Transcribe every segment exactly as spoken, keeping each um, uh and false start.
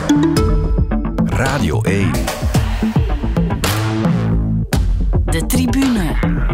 Radio één. De Tribune.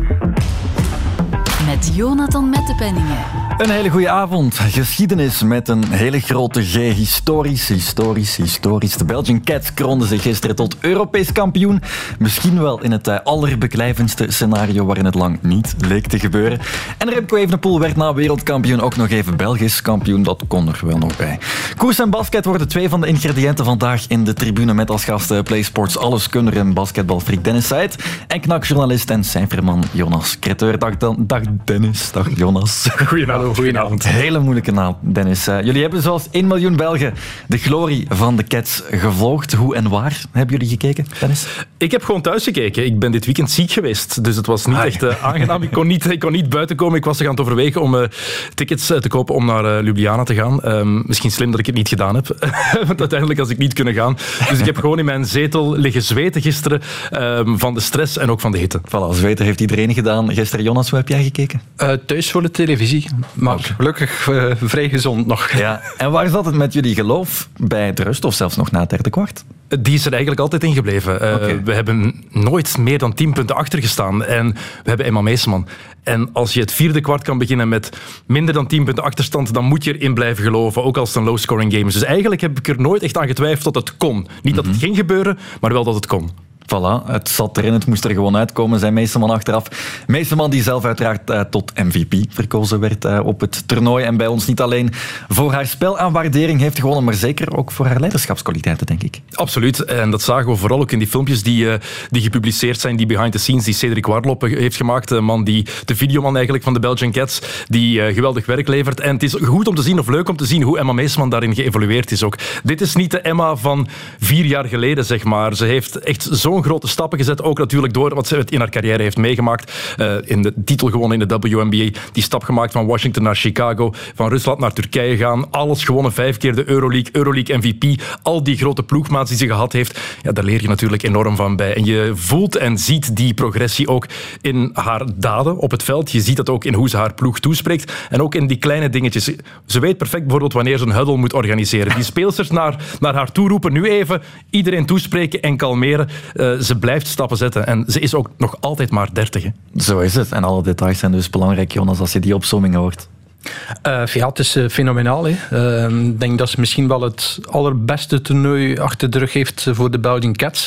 Met Jonathan Mettepenningen. Een hele goede avond. Geschiedenis met een hele grote G. Historisch, historisch, historisch. De Belgian Cats kroonden zich gisteren tot Europees kampioen. Misschien wel in het uh, allerbeklijvendste scenario waarin het lang niet leek te gebeuren. En Remco Evenepoel werd na wereldkampioen ook nog even Belgisch kampioen. Dat kon er wel nog bij. Koers en basket worden twee van de ingrediënten vandaag in de Tribune met als gast uh, PlaySports alleskunner en basketbalfreak Dennis Said en knakjournalist en cijferman Jonas Creteur. Dag, dan, dag Dennis, dag Jonas. Goedenavond. Goedenavond. Hele moeilijke naam, Dennis. Uh, jullie hebben zoals één miljoen Belgen de glorie van de Cats gevolgd. Hoe en waar hebben jullie gekeken, Dennis? Ik heb gewoon thuis gekeken. Ik ben dit weekend ziek geweest, dus het was niet ah, echt uh, aangenaam. Ik kon niet, ik kon niet buiten komen. Ik was er aan het overwegen om uh, tickets uh, te kopen om naar uh, Ljubljana te gaan. Um, misschien slim dat ik het niet gedaan heb, want uiteindelijk was ik niet kunnen gaan. Dus ik heb gewoon in mijn zetel liggen zweten gisteren um, van de stress en ook van de hitte. Voilà, zweten heeft iedereen gedaan. Gisteren, Jonas, hoe heb jij gekeken? Uh, thuis voor de televisie. Maar gelukkig uh, vrij gezond nog. Ja. En waar zat het met jullie geloof bij de rust of zelfs nog na het derde kwart? Die is er eigenlijk altijd ingebleven. Uh, okay. We hebben nooit meer dan tien punten achter gestaan. En we hebben Emma Meeseman. En als je het vierde kwart kan beginnen met minder dan tien punten achterstand, dan moet je erin blijven geloven, ook als het een low-scoring game is. Dus eigenlijk heb ik er nooit echt aan getwijfeld dat het kon. Niet mm-hmm. dat het ging gebeuren, maar wel dat het kon. Voilà, het zat erin, het moest er gewoon uitkomen, zei Meeseman achteraf. Meeseman die zelf uiteraard uh, tot M V P verkozen werd uh, op het toernooi. En bij ons niet alleen voor haar spel aan waardering heeft gewonnen, maar zeker ook voor haar leiderschapskwaliteiten, denk ik. Absoluut, en dat zagen we vooral ook in die filmpjes die, uh, die gepubliceerd zijn, die behind the scenes, die Cedric Warlop heeft gemaakt. De man die, de videoman eigenlijk van de Belgian Cats, die uh, geweldig werk levert. En het is goed om te zien, of leuk om te zien, hoe Emma Meeseman daarin geëvolueerd is ook. Dit is niet de Emma van vier jaar geleden, zeg maar. Ze heeft echt zo'n grote stappen gezet, ook natuurlijk door wat ze in haar carrière heeft meegemaakt. Uh, in de titel gewonnen in de W N B A, die stap gemaakt van Washington naar Chicago, van Rusland naar Turkije gaan, alles gewonnen, vijf keer de Euroleague, Euroleague M V P, al die grote ploegmaats die ze gehad heeft, ja, daar leer je natuurlijk enorm van bij. En je voelt en ziet die progressie ook in haar daden op het veld. Je ziet dat ook in hoe ze haar ploeg toespreekt en ook in die kleine dingetjes. Ze weet perfect bijvoorbeeld wanneer ze een huddle moet organiseren. Die speelsters naar, naar haar toe roepen, nu even iedereen toespreken en kalmeren. Uh, ze blijft stappen zetten en ze is ook nog altijd maar dertig. Hè. Zo is het. En alle details zijn dus belangrijk, Jonas, als je die opzomming hoort. Uh, ja, het is uh, fenomenaal. Ik uh, denk dat ze misschien wel het allerbeste toernooi achter de rug heeft voor de Belgian Cats.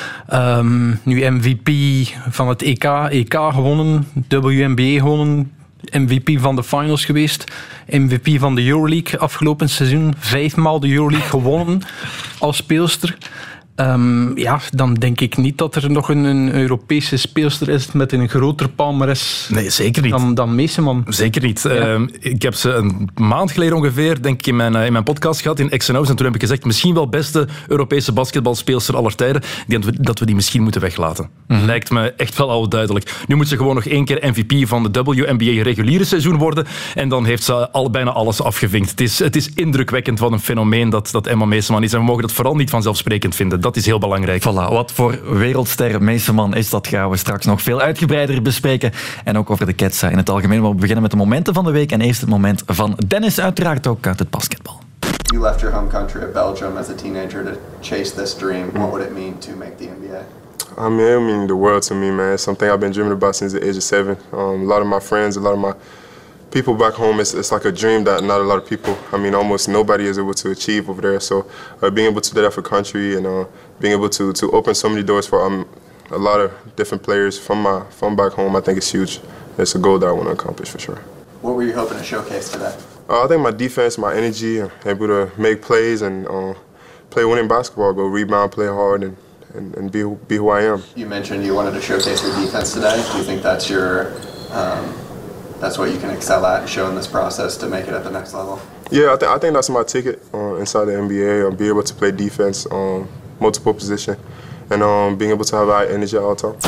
Um, nu M V P van het E K, E K gewonnen, W N B A gewonnen, M V P van de finals geweest, M V P van de Euroleague afgelopen seizoen, vijfmaal de Euroleague gewonnen als speelster. Um, ja, dan denk ik niet dat er nog een, een Europese speelster is met een groter palmares nee, zeker niet. dan, dan Meeseman. Zeker niet. Ja. Uh, ik heb ze een maand geleden ongeveer, denk ik, in mijn, uh, in mijn podcast gehad, in X en O's. En toen heb ik gezegd, misschien wel beste Europese basketbalspeelster aller tijden, die, dat we die misschien moeten weglaten. Mm-hmm. Lijkt me echt wel al duidelijk. Nu moet ze gewoon nog één keer M V P van de W N B A reguliere seizoen worden. En dan heeft ze al bijna alles afgevinkt. Het is, het is indrukwekkend wat een fenomeen dat, dat Emma Meeseman is. En we mogen dat vooral niet vanzelfsprekend vinden. Dat is heel belangrijk. Voilà, wat voor wereldster Meeseman is, dat gaan we straks nog veel uitgebreider bespreken. En ook over de Cats in het algemeen. Maar we beginnen met de momenten van de week. En eerst het moment van Dennis, uiteraard ook uit het basketbal. You left your home country of Belgium as a teenager to chase this dream. What would it mean to make the N B A? I mean, it mean the world to me, man. It's something I've been dreaming about since the age of seven. Um, a lot of my friends, a lot of my people back home, it's, it's like a dream that not a lot of people, I mean, almost nobody is able to achieve over there. So uh, being able to do that for country and uh, being able to, to open so many doors for um, a lot of different players from my from back home, I think it's huge. It's a goal that I want to accomplish for sure. What were you hoping to showcase today? Uh, I think my defense, my energy, able to make plays and uh, play winning basketball, go rebound, play hard, and, and, and be, be who I am. You mentioned you wanted to showcase your defense today. Do you think that's your... Um, That's what you can excel at and show in this process to make it at the next level? Yeah, I, th- I think that's my ticket uh, inside the N B A. Um, be able to play defense, um, multiple position, and um, being able to have high energy all the time.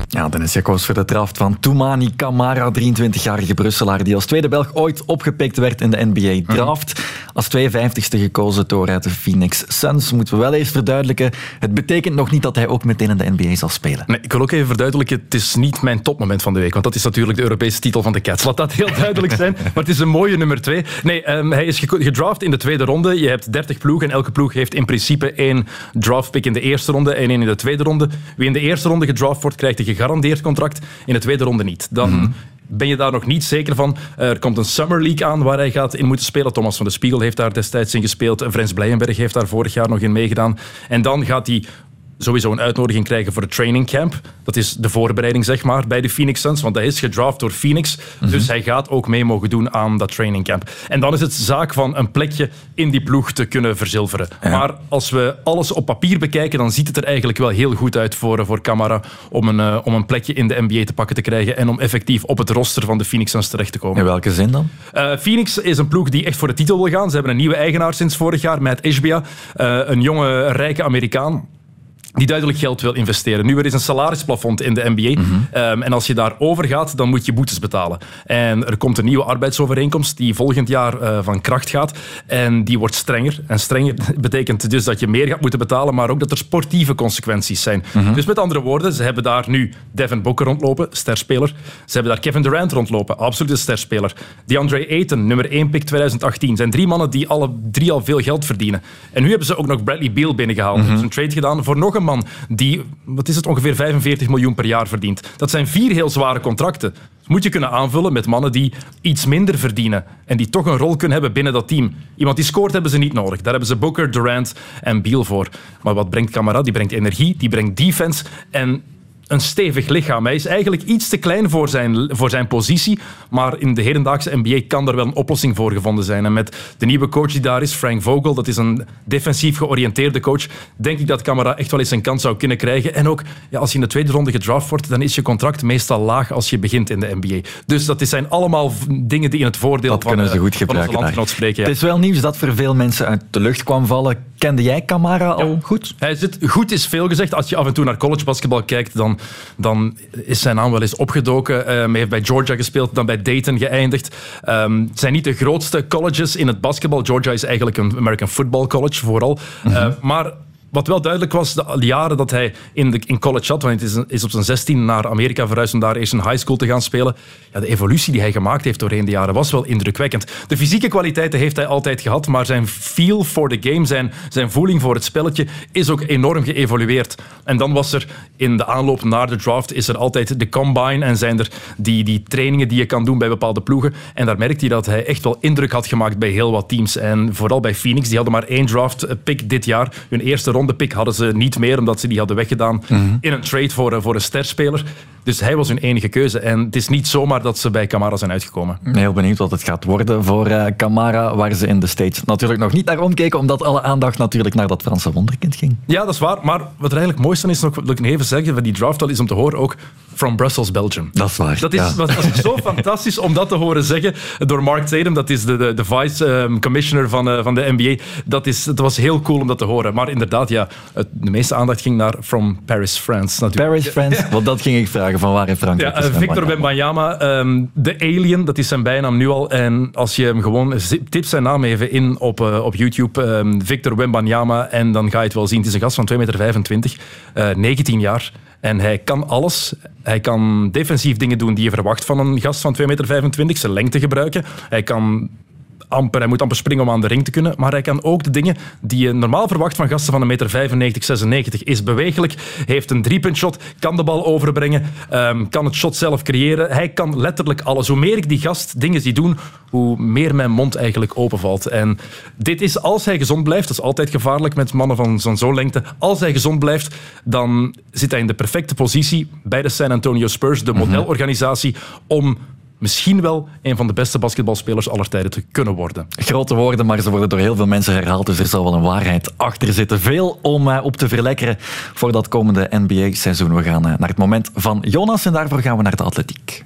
Ja, dan is gekozen voor de draft van Toumani Camara, drieëntwintigjarige Brusselaar die als tweede Belg ooit opgepikt werd in de N B A-draft. Mm. Als tweeënvijftigste gekozen door de Phoenix Suns. Moeten we wel even verduidelijken. Het betekent nog niet dat hij ook meteen in de N B A zal spelen. Nee, ik wil ook even verduidelijken, het is niet mijn topmoment van de week, want dat is natuurlijk de Europese titel van de Cats. Laat dat heel duidelijk zijn, maar het is een mooie nummer twee. Nee, um, hij is gedraft in de tweede ronde. Je hebt dertig ploegen en elke ploeg heeft in principe één draftpick in de eerste ronde en één in de tweede ronde. Wie in de eerste ronde gedraft wordt, krijgt een gegarandeerd contract. In de tweede ronde niet. Dan mm-hmm. ben je daar nog niet zeker van. Er komt een Summer League aan waar hij gaat in moeten spelen. Thomas van de Spiegel heeft daar destijds in gespeeld. Frans Blijenberg heeft daar vorig jaar nog in meegedaan. En dan gaat hij sowieso een uitnodiging krijgen voor het training camp. Dat is de voorbereiding, zeg maar, bij de Phoenix Suns, want hij is gedraft door Phoenix, mm-hmm. dus hij gaat ook mee mogen doen aan dat training camp. En dan is het zaak van een plekje in die ploeg te kunnen verzilveren. Ja. Maar als we alles op papier bekijken, dan ziet het er eigenlijk wel heel goed uit voor, voor Camara om een, uh, om een plekje in de N B A te pakken te krijgen en om effectief op het roster van de Phoenix Suns terecht te komen. In welke zin dan? Uh, Phoenix is een ploeg die echt voor de titel wil gaan. Ze hebben een nieuwe eigenaar sinds vorig jaar, Matt Ishbia, uh, een jonge, rijke Amerikaan die duidelijk geld wil investeren. Nu, er is een salarisplafond in de N B A. Mm-hmm. Um, en als je daarover gaat, dan moet je boetes betalen. En er komt een nieuwe arbeidsovereenkomst die volgend jaar uh, van kracht gaat. En die wordt strenger. En strenger betekent dus dat je meer gaat moeten betalen, maar ook dat er sportieve consequenties zijn. Mm-hmm. Dus met andere woorden, ze hebben daar nu Devin Booker rondlopen, sterspeler. Ze hebben daar Kevin Durant rondlopen, absoluut een sterspeler. DeAndre Ayton, nummer één pick twintig achttien. Zijn drie mannen die alle drie al veel geld verdienen. En nu hebben ze ook nog Bradley Beal binnengehaald. Mm-hmm. Ze hebben een trade gedaan voor nog een man die, wat is het, ongeveer vijfenveertig miljoen per jaar verdient. Dat zijn vier heel zware contracten. Dat moet je kunnen aanvullen met mannen die iets minder verdienen en die toch een rol kunnen hebben binnen dat team. Iemand die scoort hebben ze niet nodig. Daar hebben ze Booker, Durant en Beal voor. Maar wat brengt Camara? Die brengt energie, die brengt defense en een stevig lichaam. Hij is eigenlijk iets te klein voor zijn, voor zijn positie, maar in de hedendaagse N B A kan er wel een oplossing voor gevonden zijn. En met de nieuwe coach die daar is, Frank Vogel, dat is een defensief georiënteerde coach, denk ik dat Camara echt wel eens een kans zou kunnen krijgen. En ook, ja, als je in de tweede ronde gedraft wordt, dan is je contract meestal laag als je begint in de N B A. Dus dat zijn allemaal dingen die in het voordeel dat van, kunnen ze goed van onze landgenoot spreken. Ja. Het is wel nieuws dat voor veel mensen uit de lucht kwam vallen. Kende jij Camara al ja. goed? Hij zit, goed is veel gezegd. Als je af en toe naar college basketbal kijkt, dan dan is zijn naam wel eens opgedoken. Uh, hij heeft bij Georgia gespeeld, dan bij Dayton geëindigd. Um, het zijn niet de grootste colleges in het basketbal. Georgia is eigenlijk een American Football College, vooral. Mm-hmm. Uh, maar wat wel duidelijk was, de jaren dat hij in, de, in college had, want hij is, is op zijn zestien naar Amerika verhuisd om daar eerst een high school te gaan spelen. Ja, de evolutie die hij gemaakt heeft doorheen de jaren was wel indrukwekkend. De fysieke kwaliteiten heeft hij altijd gehad, maar zijn feel for the game, zijn, zijn voeling voor het spelletje, is ook enorm geëvolueerd. En dan was er in de aanloop naar de draft is er altijd de combine en zijn er die, die trainingen die je kan doen bij bepaalde ploegen. En daar merkte hij dat hij echt wel indruk had gemaakt bij heel wat teams. En vooral bij Phoenix, die hadden maar één draft pick dit jaar. Hun eerste ronde pick hadden ze niet meer, omdat ze die hadden weggedaan mm-hmm. in een trade voor, voor een sterspeler. Dus hij was hun enige keuze. En het is niet zomaar dat ze bij Camara zijn uitgekomen. Heel benieuwd wat het gaat worden voor uh, Camara, waar ze in de States natuurlijk nog niet naar omkeken, omdat alle aandacht natuurlijk naar dat Franse wonderkind ging. Ja, dat is waar. Maar wat er eigenlijk mooiste is, nog, wil ik nog even zeggen, van die draft al is om te horen ook from Brussels, Belgium. Dat is waar. Dat is, ja. dat is zo fantastisch om dat te horen zeggen door Mark Tatum. Dat is de, de, de vice-commissioner um, van, uh, van de N B A. Dat, is, dat was heel cool om dat te horen. Maar inderdaad, ja, het, de meeste aandacht ging naar from Paris, France. Natuurlijk. Paris, France? Ja. Want dat ging ik vragen, van waar in Frankrijk ja, uh, Victor Wembanyama, um, de Alien, dat is zijn bijnaam nu al. En als je hem gewoon, tip zijn naam even in op, uh, op YouTube, um, Victor Wembanyama, en dan ga je het wel zien. Het is een gast van twee meter vijfentwintig, uh, negentien jaar. En hij kan alles. Hij kan defensief dingen doen die je verwacht van een gast van twee meter vijfentwintig. Zijn lengte gebruiken. Hij kan amper, hij moet amper springen om aan de ring te kunnen. Maar hij kan ook de dingen die je normaal verwacht van gasten van een meter vijfennegentig, zesennegentig. Is bewegelijk, heeft een driepuntshot, kan de bal overbrengen, um, kan het shot zelf creëren. Hij kan letterlijk alles. Hoe meer ik die gast dingen zie doen, hoe meer mijn mond eigenlijk openvalt. En dit is, als hij gezond blijft, dat is altijd gevaarlijk met mannen van zo'n zo'n lengte, als hij gezond blijft, dan zit hij in de perfecte positie bij de San Antonio Spurs, de modelorganisatie, om misschien wel een van de beste basketbalspelers aller tijden te kunnen worden. Grote woorden, maar ze worden door heel veel mensen herhaald, dus er zal wel een waarheid achter zitten. Veel om uh, op te verlekkeren voor dat komende N B A-seizoen. We gaan uh, naar het moment van Jonas en daarvoor gaan we naar de atletiek.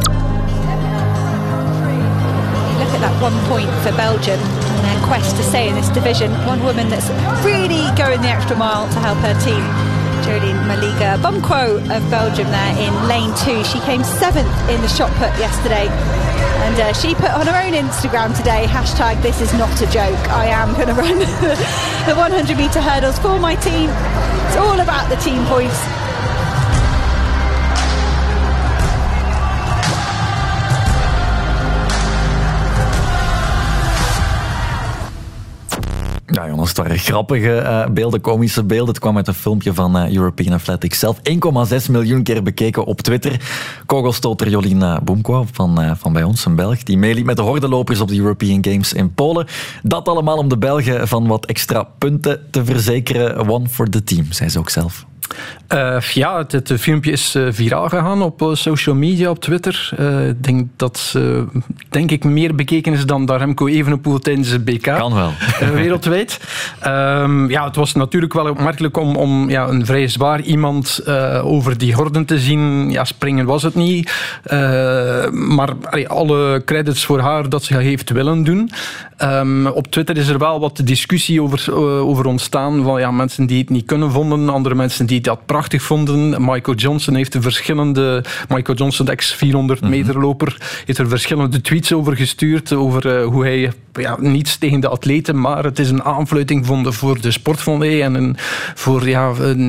Look at that one point for Belgium in their quest to stay in this division. One woman that's really going the extra mile to help her team. Jolien Maliga Bumquo of Belgium there in lane two. She came seventh in the shot put yesterday. And uh, she put on her own Instagram today, hashtag this is not a joke. I am going to run the one hundred metre hurdles for my team. It's all about the team points. Ja, Jonas, het waren grappige uh, beelden, komische beelden. Het kwam uit een filmpje van uh, European Athletics zelf. één komma zes miljoen keer bekeken op Twitter. Kogelstoter Jolien uh, Bumquo van, uh, van bij ons, een Belg, die meeliep met de hordelopers op de European Games in Polen. Dat allemaal om de Belgen van wat extra punten te verzekeren. One for the team, zei ze ook zelf. Uh, ja, het, het filmpje is uh, viraal gegaan op uh, social media, op Twitter. Uh, ik denk dat uh, denk ik meer bekeken is dan Remco Evenepoel tijdens het B K. Kan wel. Uh, wereldwijd. Um, ja, het was natuurlijk wel opmerkelijk om, om ja, een vrij zwaar iemand uh, over die horden te zien. Ja, springen was het niet. Uh, maar allee, alle credits voor haar dat ze heeft willen doen. Um, op Twitter is er wel wat discussie over, uh, over ontstaan. Van ja, mensen die het niet kunnen vonden, andere mensen die dat prachtig vonden. Michael Johnson heeft er verschillende... Michael Johnson, de ex vierhonderd meter loper, heeft er verschillende tweets over gestuurd. Over uh, hoe hij... Ja, niets tegen de atleten, maar het is een aanfluiting voor de sport, vond hij. En een, voor, ja,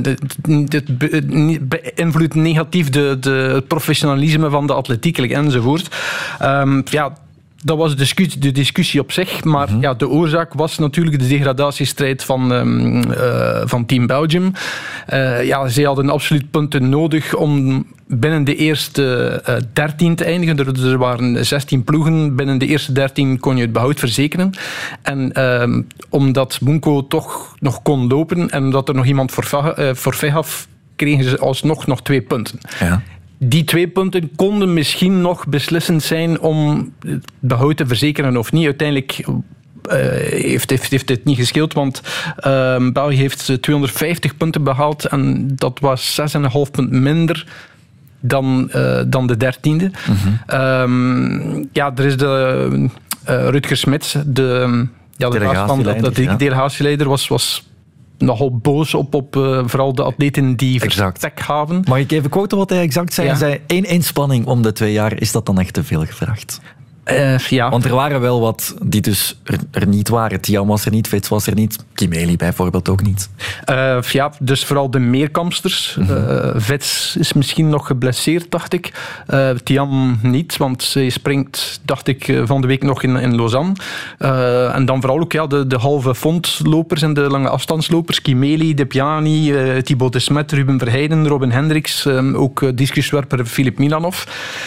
het beïnvloedt negatief de, de, het professionalisme van de atletiek enzovoort. Um, ja, Dat was de discussie, de discussie op zich, maar mm-hmm. ja, de oorzaak was natuurlijk de degradatiestrijd van, um, uh, van Team Belgium. Uh, ja, zij hadden absoluut punten nodig om binnen de eerste uh, dertien te eindigen. Er, er waren zestien ploegen. Binnen de eerste dertien kon je het behoud verzekeren. En uh, omdat Bumquo toch nog kon lopen en omdat er nog iemand forfait, uh, forfait gaf, kregen ze alsnog nog twee punten. Ja. Die twee punten konden misschien nog beslissend zijn om het behoud te verzekeren of niet. Uiteindelijk uh, heeft, heeft, heeft het niet gescheeld, want uh, België heeft tweehonderdvijftig punten behaald en dat was zes komma vijf punt minder dan, uh, dan de dertiende. Mm-hmm. Um, ja, er is de uh, Rutger Smits, de, ja, de baas van de, de ja. delegatieleider, was... was nogal boos op, op uh, vooral de atleten die verstek gaven. Mag ik even quoten wat hij exact zei? Ja. Hij zei, één inspanning om de twee jaar, is dat dan echt te veel gevraagd? Uh, ja. Want er waren wel wat die dus er, er niet waren. Tiam was er niet, Fits was er niet, Kimeli bijvoorbeeld ook niet. Uh, ja, dus vooral de meerkampsters. Mm-hmm. Uh, Fits is misschien nog geblesseerd, dacht ik. Uh, Tiam niet, want zij springt, dacht ik, van de week nog in, in Lausanne. Uh, en dan vooral ook ja, de, de halve fondlopers en de lange afstandslopers. Kimeli, De Piani, uh, Thibaut de Smet, Ruben Verheijden, Robin Hendricks, um, ook uh, discuswerper Filip Milanov.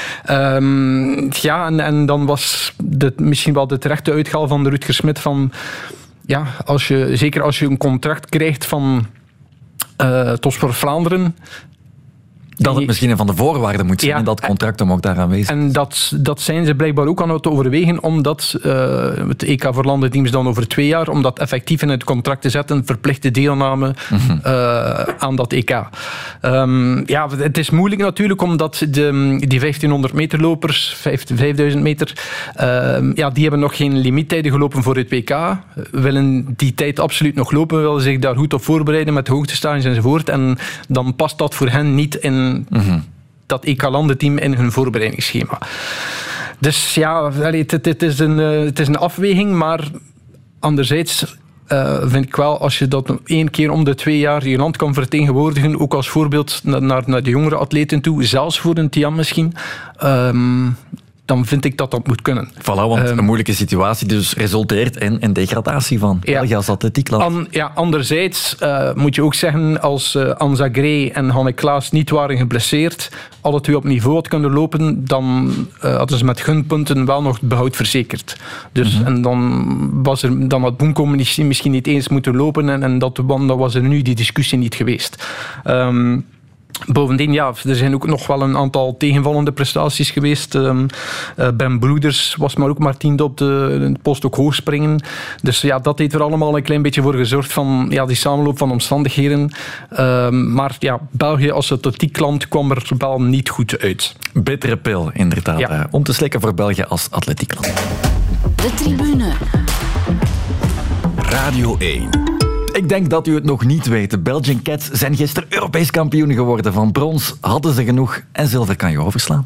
Um, ja, en, en dan was de, misschien wel de terechte uitgaal van de Rutger Smit van ja, als je, zeker als je een contract krijgt van uh, Topsport Vlaanderen, dat het misschien een van de voorwaarden moet zijn, ja, en dat contract hem ook daar aanwezig. En dat, dat zijn ze blijkbaar ook aan het overwegen, omdat uh, het E K voor landenteams dan over twee jaar, om dat effectief in het contract te zetten, verplichte deelname mm-hmm. uh, aan dat E K. Um, ja, het is moeilijk natuurlijk, omdat de, die vijftienhonderd meter lopers, vijfduizend meter, uh, ja, die hebben nog geen limiettijden gelopen voor het W K, willen die tijd absoluut nog lopen, willen zich daar goed op voorbereiden met hoogtestages enzovoort, en dan past dat voor hen niet in Mm-hmm. dat E K-landenteam in hun voorbereidingsschema. Dus ja, het, het, is een, het is een afweging, maar anderzijds uh, vind ik wel, als je dat één keer om de twee jaar je land kan vertegenwoordigen, ook als voorbeeld naar, naar de jongere atleten toe, zelfs voor een Tiam misschien, um, dan vind ik dat dat moet kunnen. Voilà, want um, een moeilijke situatie dus resulteert in een degradatie van ja, België als atletiekland. An, ja, anderzijds uh, moet je ook zeggen, als uh, Anza Gray en Hanne Klaas niet waren geblesseerd, alle twee op niveau had kunnen lopen, dan uh, hadden ze met gunpunten wel nog het behoud verzekerd. Dus, mm-hmm. En dan, was er, dan had Bumquo misschien niet eens moeten lopen en, en dat, dan was er nu die discussie niet geweest. Um, Bovendien, ja, er zijn ook nog wel een aantal tegenvallende prestaties geweest. Um, uh, Ben Broeders was maar ook maar tiende op de, de post ook hoog springen. Dus ja, dat heeft er allemaal een klein beetje voor gezorgd van ja, die samenloop van omstandigheden. Um, maar ja, België als atletiekland kwam er wel niet goed uit. Bittere pil, inderdaad. Ja. Om te slikken voor België als atletiekland. De tribune. Radio één. Ik denk dat u het nog niet weet. De Belgian Cats zijn gisteren Europees kampioen geworden. Van brons hadden ze genoeg en zilver kan je overslaan.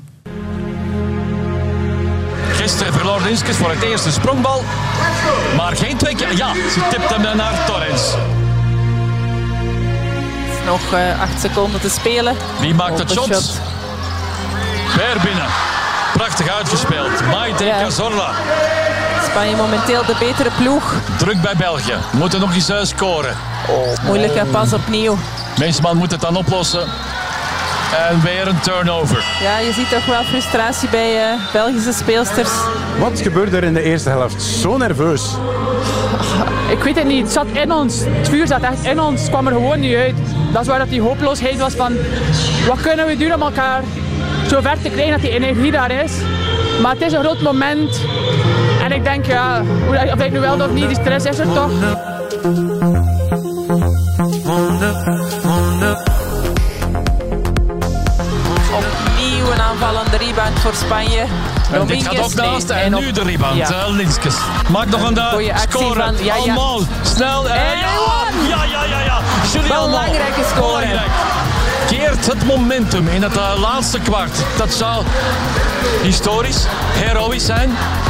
Gisteren verloor Linskes voor het eerste sprongbal. Maar geen twee keer. Ja, ze tipt hem naar Torrens. Nog uh, acht seconden te spelen. Wie maakt het shot? shot? Weer binnen. Prachtig uitgespeeld. Maite ja. Cazorla. Spanje momenteel de betere ploeg. Druk bij België. Moeten nog eens uh, scoren. Oh, moeilijke pas opnieuw. Meesman moet het dan oplossen. En weer een turnover. Ja, je ziet toch wel frustratie bij uh, Belgische speelsters. Wat gebeurde er in de eerste helft? Zo nerveus. Ik weet het niet. Het zat in ons. Het vuur zat echt in ons. Het kwam er gewoon niet uit. Dat is waar dat die hopeloosheid was van... Wat kunnen we doen om elkaar zo ver te krijgen dat die energie daar is? Maar het is een groot moment. En ik denk, ja... Of ik nu wel of niet, die stress is er toch. Opnieuw een aanvallende rebound voor Spanje. En dit gaat ook naast en, en op... nu de rebound. Ja. Uh, Linskes. Maak nog een daar. Scoren. Van, ja, ja. Allemaal. Snel. Uh, ja. ja, ja, ja, ja. Belangrijke score. Belangrijk. Keert het momentum in het uh, laatste kwart. Dat zou historisch, heroïsch zijn.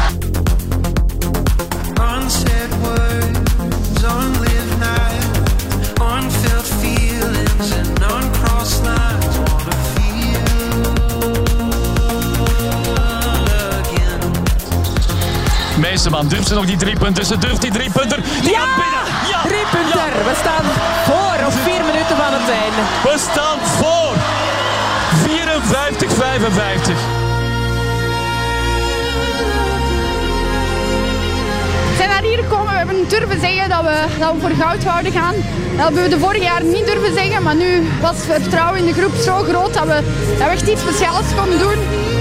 Unsaid words, unlived night, unfelt feelings and uncrossed lines. Wanna feel again. Meesterman, durft ze nog die drie punten? Ze durft die drie punten. Die ja! gaat binnen. Ja! Drie punten. Ja. We staan voor op vier minuten van het einde. We staan voor. vierenvijftig vijfenvijftig. We zijn naar hier gekomen, we hebben durven zeggen dat we, dat we voor goud wouden gaan. Dat hebben we de vorige jaar niet durven zeggen, maar nu was het vertrouwen in de groep zo groot dat we, dat we echt iets speciaals konden doen.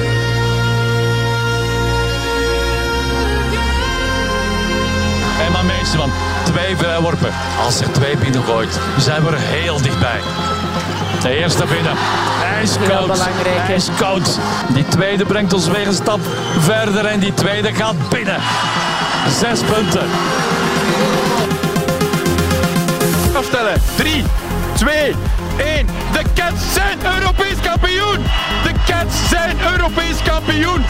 En maar Meesterman, twee vrijworpen. Als er twee binnengooit, zijn we er heel dichtbij. De eerste binnen. Hij is koud. Hij is koud. Die tweede brengt ons weer een stap verder en die tweede gaat binnen. Zes punten. Aftellen. Drie, twee, één. De Cats zijn Europees kampioen. De Cats zijn Europees kampioen.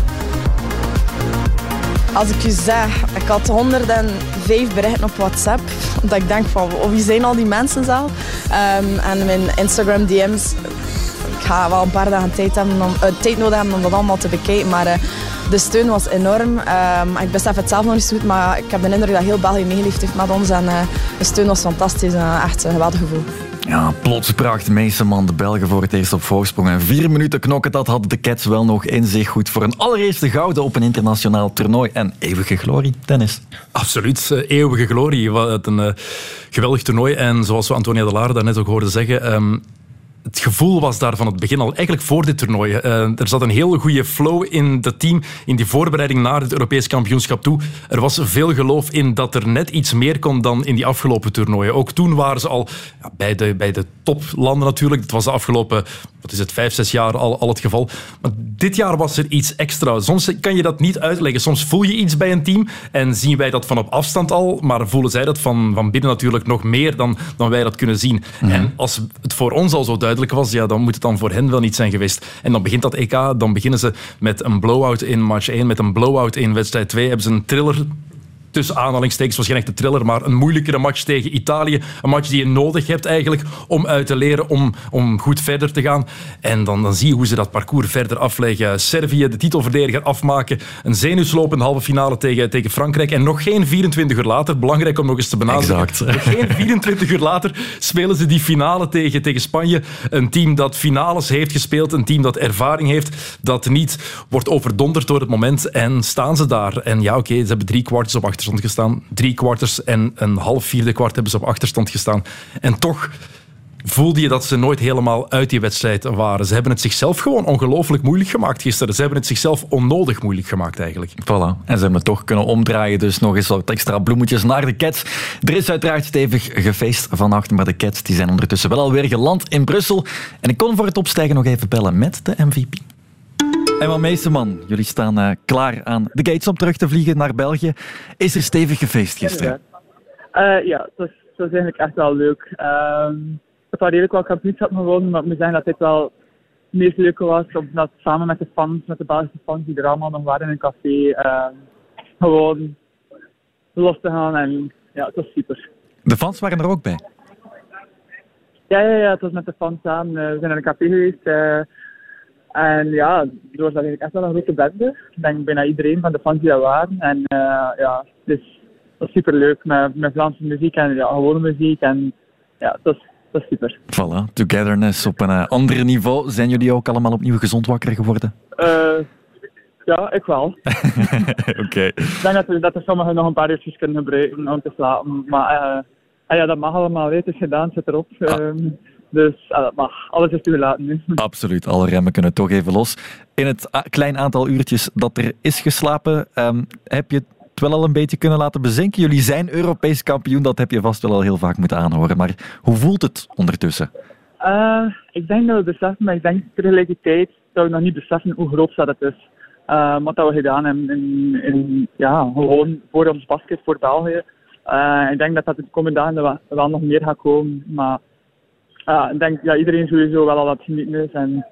Als ik u zeg, ik had honderdvijf berichten op WhatsApp. Dat ik denk van, oh, wie zijn al die mensen zelf? Um, en mijn Instagram D M's. Ik ga wel een paar dagen tijd, hebben om, uh, tijd nodig hebben om dat allemaal te bekijken. Maar uh, de steun was enorm. Um, ik besef het zelf nog niet zo goed, maar ik heb de indruk dat heel België meegeleefd heeft met ons. En uh, de steun was fantastisch. Uh, echt een geweldig gevoel. Ja, plots bracht Meesterman de Belgen voor het eerst op voorsprong. En vier minuten knokken, dat hadden de Cats wel nog in zich. Goed voor een allereerste gouden op een internationaal toernooi. En eeuwige glorie, Dennis. Absoluut, uh, eeuwige glorie. Wat een uh, geweldig toernooi. En zoals we Antonia de Laar daarnet ook hoorden zeggen... Um, Het gevoel was daar van het begin al, eigenlijk voor dit toernooi. Uh, er zat een hele goede flow in het team, in die voorbereiding naar het Europees kampioenschap toe. Er was veel geloof in dat er net iets meer kon dan in die afgelopen toernooien. Ook toen waren ze al ja, bij, de, bij de toplanden natuurlijk. Het was de afgelopen, wat is het, vijf, zes jaar al, al het geval. Maar dit jaar was er iets extra. Soms kan je dat niet uitleggen. Soms voel je iets bij een team en zien wij dat van op afstand al, maar voelen zij dat van, van binnen natuurlijk nog meer dan, dan wij dat kunnen zien. Mm-hmm. En als het voor ons al zo duidelijk was, ja, dan moet het dan voor hen wel niet zijn geweest. En dan begint dat E K, dan beginnen ze met een blow-out in match één, met een blow-out in wedstrijd twee, hebben ze een thriller, tussen aanhalingstekens, was geen echte thriller, maar een moeilijkere match tegen Italië. Een match die je nodig hebt eigenlijk om uit te leren, om, om goed verder te gaan. En dan, dan zie je hoe ze dat parcours verder afleggen. Servië, de titelverdediger, afmaken. Een zenuwslopende halve finale tegen, tegen Frankrijk. En nog geen vierentwintig uur later, belangrijk om nog eens te benadrukken, exact. Nog geen vierentwintig uur later spelen ze die finale tegen, tegen Spanje. Een team dat finales heeft gespeeld, een team dat ervaring heeft, dat niet wordt overdonderd door het moment. En staan ze daar. En ja, oké, okay, ze hebben drie kwartjes op achterstand gestaan. Drie kwarters en een half vierde kwart hebben ze op achterstand gestaan. En toch voelde je dat ze nooit helemaal uit die wedstrijd waren. Ze hebben het zichzelf gewoon ongelooflijk moeilijk gemaakt gisteren. Ze hebben het zichzelf onnodig moeilijk gemaakt eigenlijk. Voilà. En ze hebben het toch kunnen omdraaien. Dus nog eens wat extra bloemetjes naar de Cats. Er is uiteraard stevig gefeest vannacht, maar de Cats die zijn ondertussen wel alweer geland in Brussel. En ik kon voor het opstijgen nog even bellen met de M V P. Emma Meesterman, jullie staan uh, klaar aan de gates om terug te vliegen naar België. Is er stevig gefeest gisteren? Uh, ja, het was, het was eigenlijk echt wel leuk. Um, ik heb wel redelijk wel kampioenschap gewonnen, maar ik moet zeggen dat dit wel het meest leuke was. Om dat samen met de fans, met de Belgische fans die er allemaal nog waren in een café, um, gewoon los te gaan. En ja, het was super. De fans waren er ook bij? Ja, ja, ja, het was met de fans samen. Uh, we zijn naar een café geweest. Uh, en ja, er was eigenlijk echt wel een grote bende. Ik denk bijna iedereen van de fans die daar waren. En uh, ja, dus het was super leuk met, met Vlaamse muziek en ja, gewone muziek. En ja, het was, het was super. Voilà, togetherness op een uh, ander niveau. Zijn jullie ook allemaal opnieuw gezond wakker geworden? Uh, ja, ik wel. Oké. Okay. Ik denk dat er, dat er sommigen nog een paar uurtjes kunnen gebruiken om te slapen. Maar uh, ah ja, dat mag allemaal. Het is gedaan, het zit erop. Ah. Um, Dus uh, dat mag. Alles is toegelaten nu. Absoluut. Alle remmen kunnen toch even los. In het a- klein aantal uurtjes dat er is geslapen, um, heb je het wel al een beetje kunnen laten bezinken. Jullie zijn Europees kampioen. Dat heb je vast wel al heel vaak moeten aanhoren. Maar hoe voelt het ondertussen? Uh, ik denk dat we beseffen, maar ik denk tegelijkertijd dat we nog niet beseffen hoe groot dat het is. Uh, wat dat we gedaan hebben in, in, ja, gewoon voor ons basket, voor België. Uh, ik denk dat dat de komende dagen wel, wel nog meer gaat komen. Maar Uh, ik denk dat ja, iedereen sowieso wel al wat genieten is en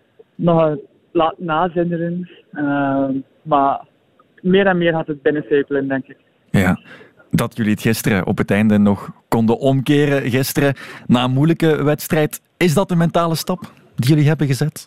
nog laat nazinderen. Uh, maar meer en meer gaat het binnencijpelen, denk ik. Ja, dat jullie het gisteren op het einde nog konden omkeren. Gisteren, na een moeilijke wedstrijd. Is dat een mentale stap die jullie hebben gezet?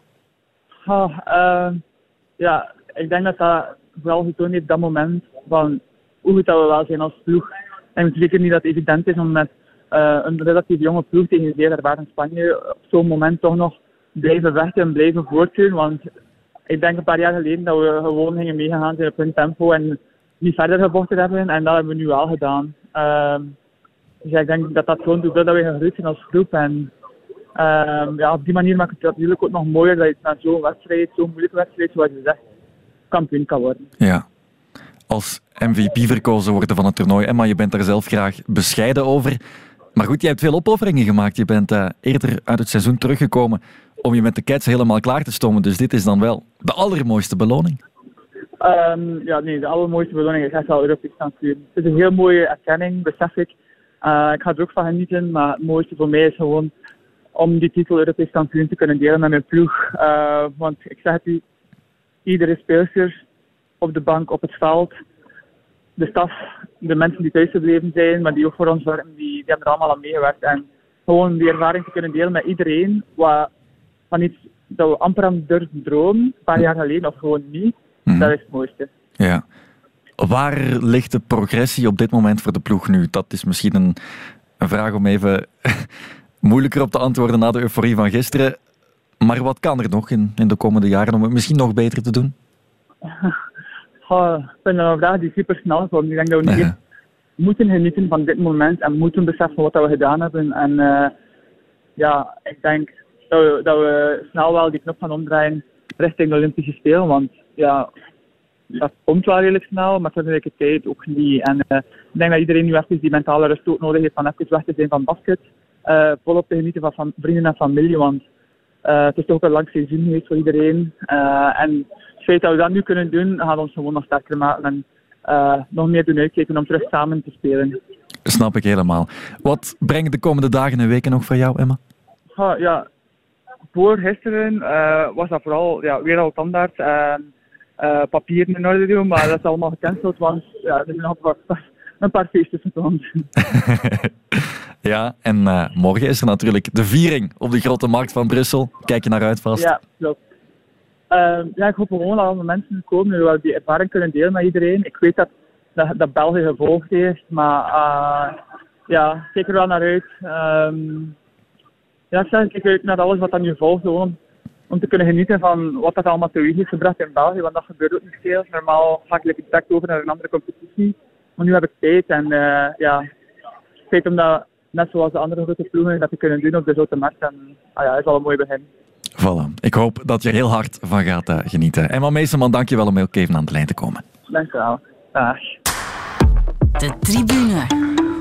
Oh, uh, ja, ik denk dat dat vooral getoond heeft op dat moment van hoe goed dat we wel zijn als ploeg. En zeker niet dat het evident is om met Uh, een relatief jonge ploeg tegen een zeer ervaren Spanje op zo'n moment toch nog blijven vechten en blijven voortduren. Want ik denk een paar jaar geleden dat we gewoon gingen meegegaan zijn op hun tempo en niet verder gevochten hebben. En dat hebben we nu wel gedaan. Uh, dus ja, ik denk dat dat gewoon doet dat we gegroeid zijn als groep. En uh, ja, op die manier maakt het natuurlijk ook nog mooier dat je na zo'n wedstrijd, zo'n moeilijke wedstrijd, zoals je zegt, kampioen kan worden. Ja. Als M V P verkozen worden van het toernooi. Emma, je bent daar zelf graag bescheiden over. Maar goed, je hebt veel opofferingen gemaakt. Je bent uh, eerder uit het seizoen teruggekomen om je met de Cats helemaal klaar te stomen. Dus dit is dan wel de allermooiste beloning. Um, ja, nee, de allermooiste beloning is echt wel Europees kampioen. Het is een heel mooie erkenning, besef ik. Uh, ik ga er ook van genieten, maar het mooiste voor mij is gewoon om die titel Europees kampioen te kunnen delen met mijn ploeg. Uh, want ik zeg het u, iedere speelster op de bank, op het veld, de staf, de mensen die thuis gebleven zijn, maar die ook voor ons werken, die, die hebben er allemaal aan meegewerkt. En gewoon die ervaring te kunnen delen met iedereen, wat, van iets dat we amper aan durven dromen, een paar jaar geleden, of gewoon niet, mm. dat is het mooiste. Ja. Waar ligt de progressie op dit moment voor de ploeg nu? Dat is misschien een, een vraag om even moeilijker op te antwoorden na de euforie van gisteren. Maar wat kan er nog in, in de komende jaren om het misschien nog beter te doen? Oh, ik vind dat een vraag die super snel komt. Ik denk dat we niet ja. moeten genieten van dit moment en moeten beseffen wat we gedaan hebben. En uh, ja, ik denk dat we, dat we snel wel die knop gaan omdraaien richting de Olympische Spelen. Want ja, dat komt wel redelijk snel, maar tegelijkertijd ook niet. En uh, ik denk dat iedereen nu even die mentale rust ook nodig heeft van even weg te zijn van basket. Uh, volop te genieten van, van vrienden en familie, want uh, het is toch ook een lang seizoen geweest voor iedereen. Uh, en het feit dat we dat nu kunnen doen, gaat ons gewoon nog sterker maken en uh, nog meer doen uitkijken om terug samen te spelen. Snap ik helemaal. Wat brengen de komende dagen en weken nog voor jou, Emma? Uh, ja, voor gisteren uh, was dat vooral ja, weer al standaard en uh, papieren in orde doen, maar dat is allemaal gecanceld, want ja, er zijn nog een paar, een paar feestjes met ons. Ja, en uh, morgen is er natuurlijk de viering op de Grote Markt van Brussel. Kijk je naar uit vast? Ja, klopt. Uh, ja, ik hoop gewoon dat alle mensen komen die die ervaring kunnen delen met iedereen. Ik weet dat, dat, dat België gevolgd heeft, maar uh, ja, kijk er wel naar uit. Um, ja, ik zeg, kijk uit naar alles wat er nu volgt, gewoon om, om te kunnen genieten van wat dat allemaal teweeg heeft gebracht in België, want dat gebeurt ook niet veel. Normaal ga ik direct over naar een andere competitie, maar nu heb ik tijd en uh, ja, tijd om dat, net zoals de andere grote ploegen, dat te kunnen doen op de Grote Markt. En ah ja, dat is al een mooi begin. Voilà. Ik hoop dat je er heel hard van gaat uh, genieten. Emma Meeseman, dank je wel om ook even aan de lijn te komen. Dank je wel. Dag. De tribune.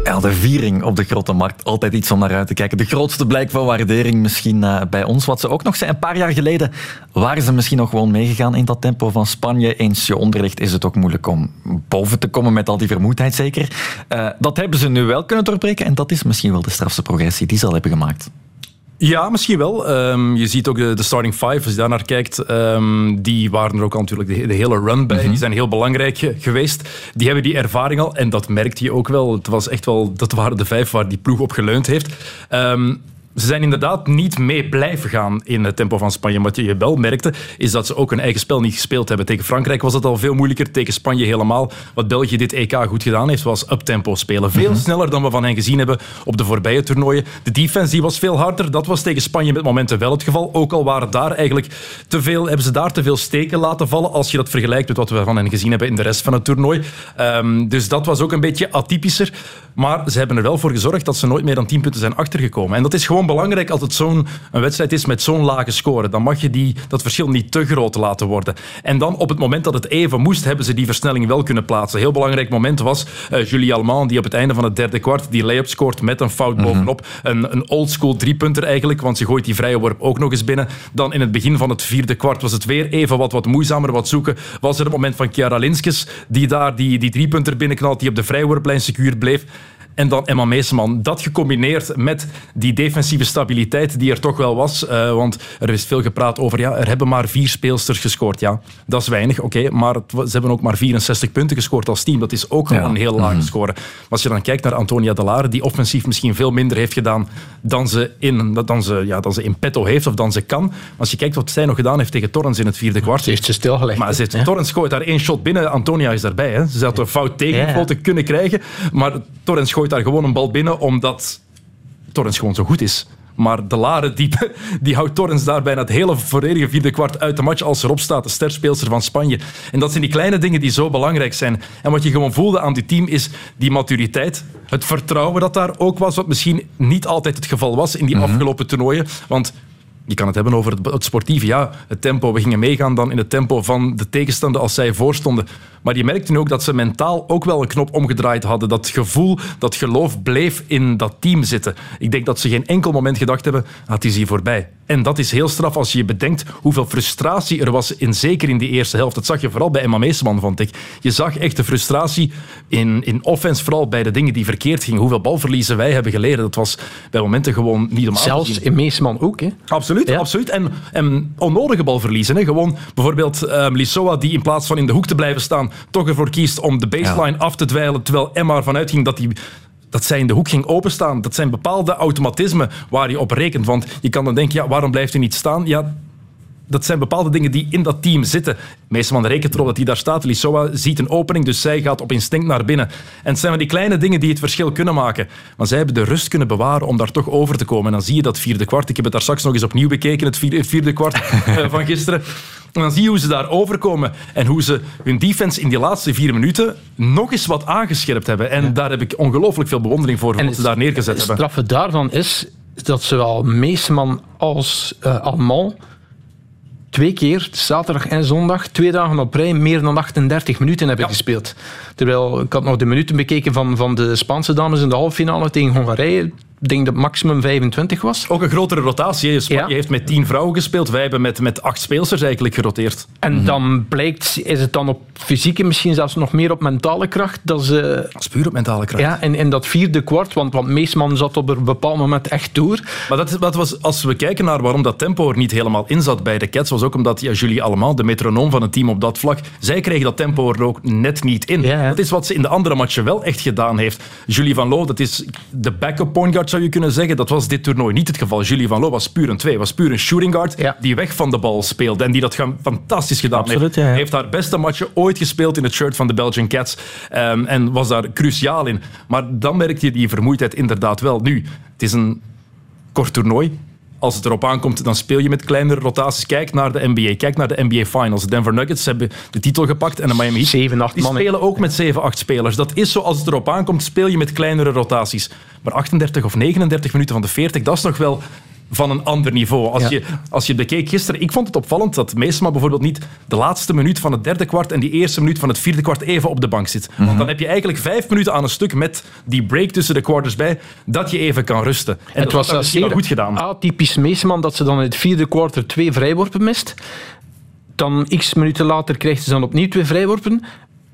Ja, de viering op de Grote Markt, altijd iets om naar uit te kijken. De grootste blijk van waardering misschien uh, bij ons. Wat ze ook nog zijn, een paar jaar geleden waren ze misschien nog gewoon meegegaan in dat tempo van Spanje. Eens je onder ligt, is het ook moeilijk om boven te komen met al die vermoeidheid zeker. Uh, dat hebben ze nu wel kunnen doorbreken en dat is misschien wel de strafste progressie die ze al hebben gemaakt. Ja, misschien wel. Um, je ziet ook de, de starting five, als je daar naar kijkt, um, die waren er ook al natuurlijk de, de hele run bij. Mm-hmm. Die zijn heel belangrijk ge- geweest. Die hebben die ervaring al en dat merkte je ook wel. Het was echt wel, dat waren de vijf waar die ploeg op geleund heeft. Um, Ze zijn inderdaad niet mee blijven gaan in het tempo van Spanje. Wat je wel merkte, is dat ze ook hun eigen spel niet gespeeld hebben. Tegen Frankrijk was het al veel moeilijker, tegen Spanje helemaal. Wat België dit E K goed gedaan heeft, was uptempo spelen. Veel mm-hmm. sneller dan we van hen gezien hebben op de voorbije toernooien. De defense die was veel harder. Dat was tegen Spanje met momenten wel het geval. Ook al waren daar eigenlijk te veel, hebben ze daar te veel steken laten vallen, als je dat vergelijkt met wat we van hen gezien hebben in de rest van het toernooi. Um, dus dat was ook een beetje atypischer. Maar ze hebben er wel voor gezorgd dat ze nooit meer dan tien punten zijn achtergekomen. En dat is gewoon belangrijk als het zo'n een wedstrijd is met zo'n lage score. Dan mag je die, dat verschil niet te groot laten worden. En dan op het moment dat het even moest, hebben ze die versnelling wel kunnen plaatsen. Een heel belangrijk moment was uh, Julie Allemand, die op het einde van het derde kwart die lay-up scoort met een fout mm-hmm. bovenop. Een, een oldschool driepunter eigenlijk, want ze gooit die vrije worp ook nog eens binnen. Dan in het begin van het vierde kwart was het weer even wat, wat moeizamer, wat zoeken. Was er het moment van Chiara Linskes, die daar die, die driepunter binnenknalt, die op de vrije worplijn secuur bleef. En dan Emma Meeseman. Dat gecombineerd met die defensieve stabiliteit die er toch wel was. Uh, want er is veel gepraat over, ja, er hebben maar vier speelsters gescoord. Ja, dat is weinig, oké. Okay, maar het, ze hebben ook maar vierenzestig punten gescoord als team. Dat is ook gewoon ja. een heel lage score. Maar als je dan kijkt naar Antonia De Laere, die offensief misschien veel minder heeft gedaan dan ze in, dan ze, ja, dan ze in petto heeft of dan ze kan. Maar als je kijkt wat zij nog gedaan heeft tegen Torrens in het vierde kwart. Ze heeft ze stilgelegd. Maar ze heeft, ja. Torrens gooit daar één shot binnen. Antonia is daarbij. Hè. Ze had een fout tegengoal te kunnen krijgen. Maar Torrens gooit daar gewoon een bal binnen, omdat Torrens gewoon zo goed is. Maar De Laere, die, die houdt Torrens daar bijna het hele volledige vierde kwart uit de match als ze erop staat, de sterspeelster van Spanje. En dat zijn die kleine dingen die zo belangrijk zijn. En wat je gewoon voelde aan die team is die maturiteit, het vertrouwen dat daar ook was, wat misschien niet altijd het geval was in die mm-hmm. afgelopen toernooien. Want je kan het hebben over het, het sportieve. Ja, het tempo. We gingen meegaan dan in het tempo van de tegenstander als zij voorstonden. Maar je merkte nu ook dat ze mentaal ook wel een knop omgedraaid hadden. Dat gevoel, dat geloof bleef in dat team zitten. Ik denk dat ze geen enkel moment gedacht hebben, ah, het is hier voorbij. En dat is heel straf als je je bedenkt hoeveel frustratie er was, in, zeker in die eerste helft. Dat zag je vooral bij Emma Meeseman, vond ik. Je zag echt de frustratie in, in offense, vooral bij de dingen die verkeerd gingen. Hoeveel balverliezen wij hebben geleden. Dat was bij momenten gewoon niet normaal. Zelfs in Meeseman ook, hè? Absoluut, ja. absoluut. En, en onnodige balverliezen. Hè. Gewoon bijvoorbeeld um, Lissoa, die in plaats van in de hoek te blijven staan, toch ervoor kiest om de baseline ja. af te dweilen, terwijl Emma ervan uitging dat hij... dat zij in de hoek ging openstaan. Dat zijn bepaalde automatismen waar je op rekent. Want je kan dan denken, ja, waarom blijft hij niet staan? Ja, dat zijn bepaalde dingen die in dat team zitten. Meestal rekent erop dat hij daar staat. Lissoa ziet een opening, dus zij gaat op instinct naar binnen. En het zijn van die kleine dingen die het verschil kunnen maken. Maar zij hebben de rust kunnen bewaren om daar toch over te komen. En dan zie je dat vierde kwart. Ik heb het daar straks nog eens opnieuw bekeken, het vierde, het vierde kwart van gisteren. En dan zie je hoe ze daar overkomen en hoe ze hun defense in die laatste vier minuten nog eens wat aangescherpt hebben. En ja. daar heb ik ongelooflijk veel bewondering voor, voor wat ze daar neergezet hebben. Het straffe daarvan is dat zowel Meeseman als uh, Allemand twee keer, zaterdag en zondag, twee dagen op rij, meer dan achtendertig minuten hebben ja. gespeeld. Terwijl, ik had nog de minuten bekeken van, van de Spaanse dames in de halve finale tegen Hongarije. Ik denk dat het maximum vijfentwintig was. Ook een grotere rotatie. Spanje ja. heeft met tien vrouwen gespeeld. Wij hebben met, met acht speelsters eigenlijk geroteerd. En mm-hmm. dan blijkt, is het dan op fysieke, misschien zelfs nog meer op mentale kracht. Dat ze... Dat is puur op mentale kracht. Ja, en in dat vierde kwart, want, want Meeseman zat op een bepaald moment echt door. Maar dat, dat was, als we kijken naar waarom dat tempo er niet helemaal in zat bij de Cats, was ook omdat ja, Julie Allemand, de metronoom van het team op dat vlak, zij kregen dat tempo er ook net niet in. Ja, ja. Dat is wat ze in de andere matchen wel echt gedaan heeft. Julie Van Loo, dat is de backup point guard, zou je kunnen zeggen. Dat was dit toernooi niet het geval. Julie Van Loo was puur een twee, was puur een shooting guard ja. die weg van de bal speelde en die dat fantastisch gedaan Absoluut, heeft. Ja, ja. Hij heeft haar beste matchen ooit gespeeld in het shirt van de Belgian Cats um, en was daar cruciaal in. Maar dan merkte je die vermoeidheid inderdaad wel. Nu, het is een kort toernooi. Als het erop aankomt, dan speel je met kleinere rotaties. Kijk naar de N B A, kijk naar de N B A Finals. De Denver Nuggets hebben de titel gepakt en de Miami Heat. zeven, acht die spelen ook met zeven, acht spelers. Dat is zo, als het erop aankomt, speel je met kleinere rotaties. Maar achtendertig of negenendertig minuten van de veertig, dat is nog wel van een ander niveau. Als, ja. je, als je bekeek gisteren, ik vond het opvallend dat Meesema bijvoorbeeld niet de laatste minuut van het derde kwart en die eerste minuut van het vierde kwart even op de bank zit. Mm-hmm. Want dan heb je eigenlijk vijf minuten aan een stuk met die break tussen de quarters bij, dat je even kan rusten. En het dat was zeer goed gedaan. Atypisch Meesema dat ze dan in het vierde kwart twee vrijworpen mist. Dan x minuten later krijgt ze dan opnieuw twee vrijworpen.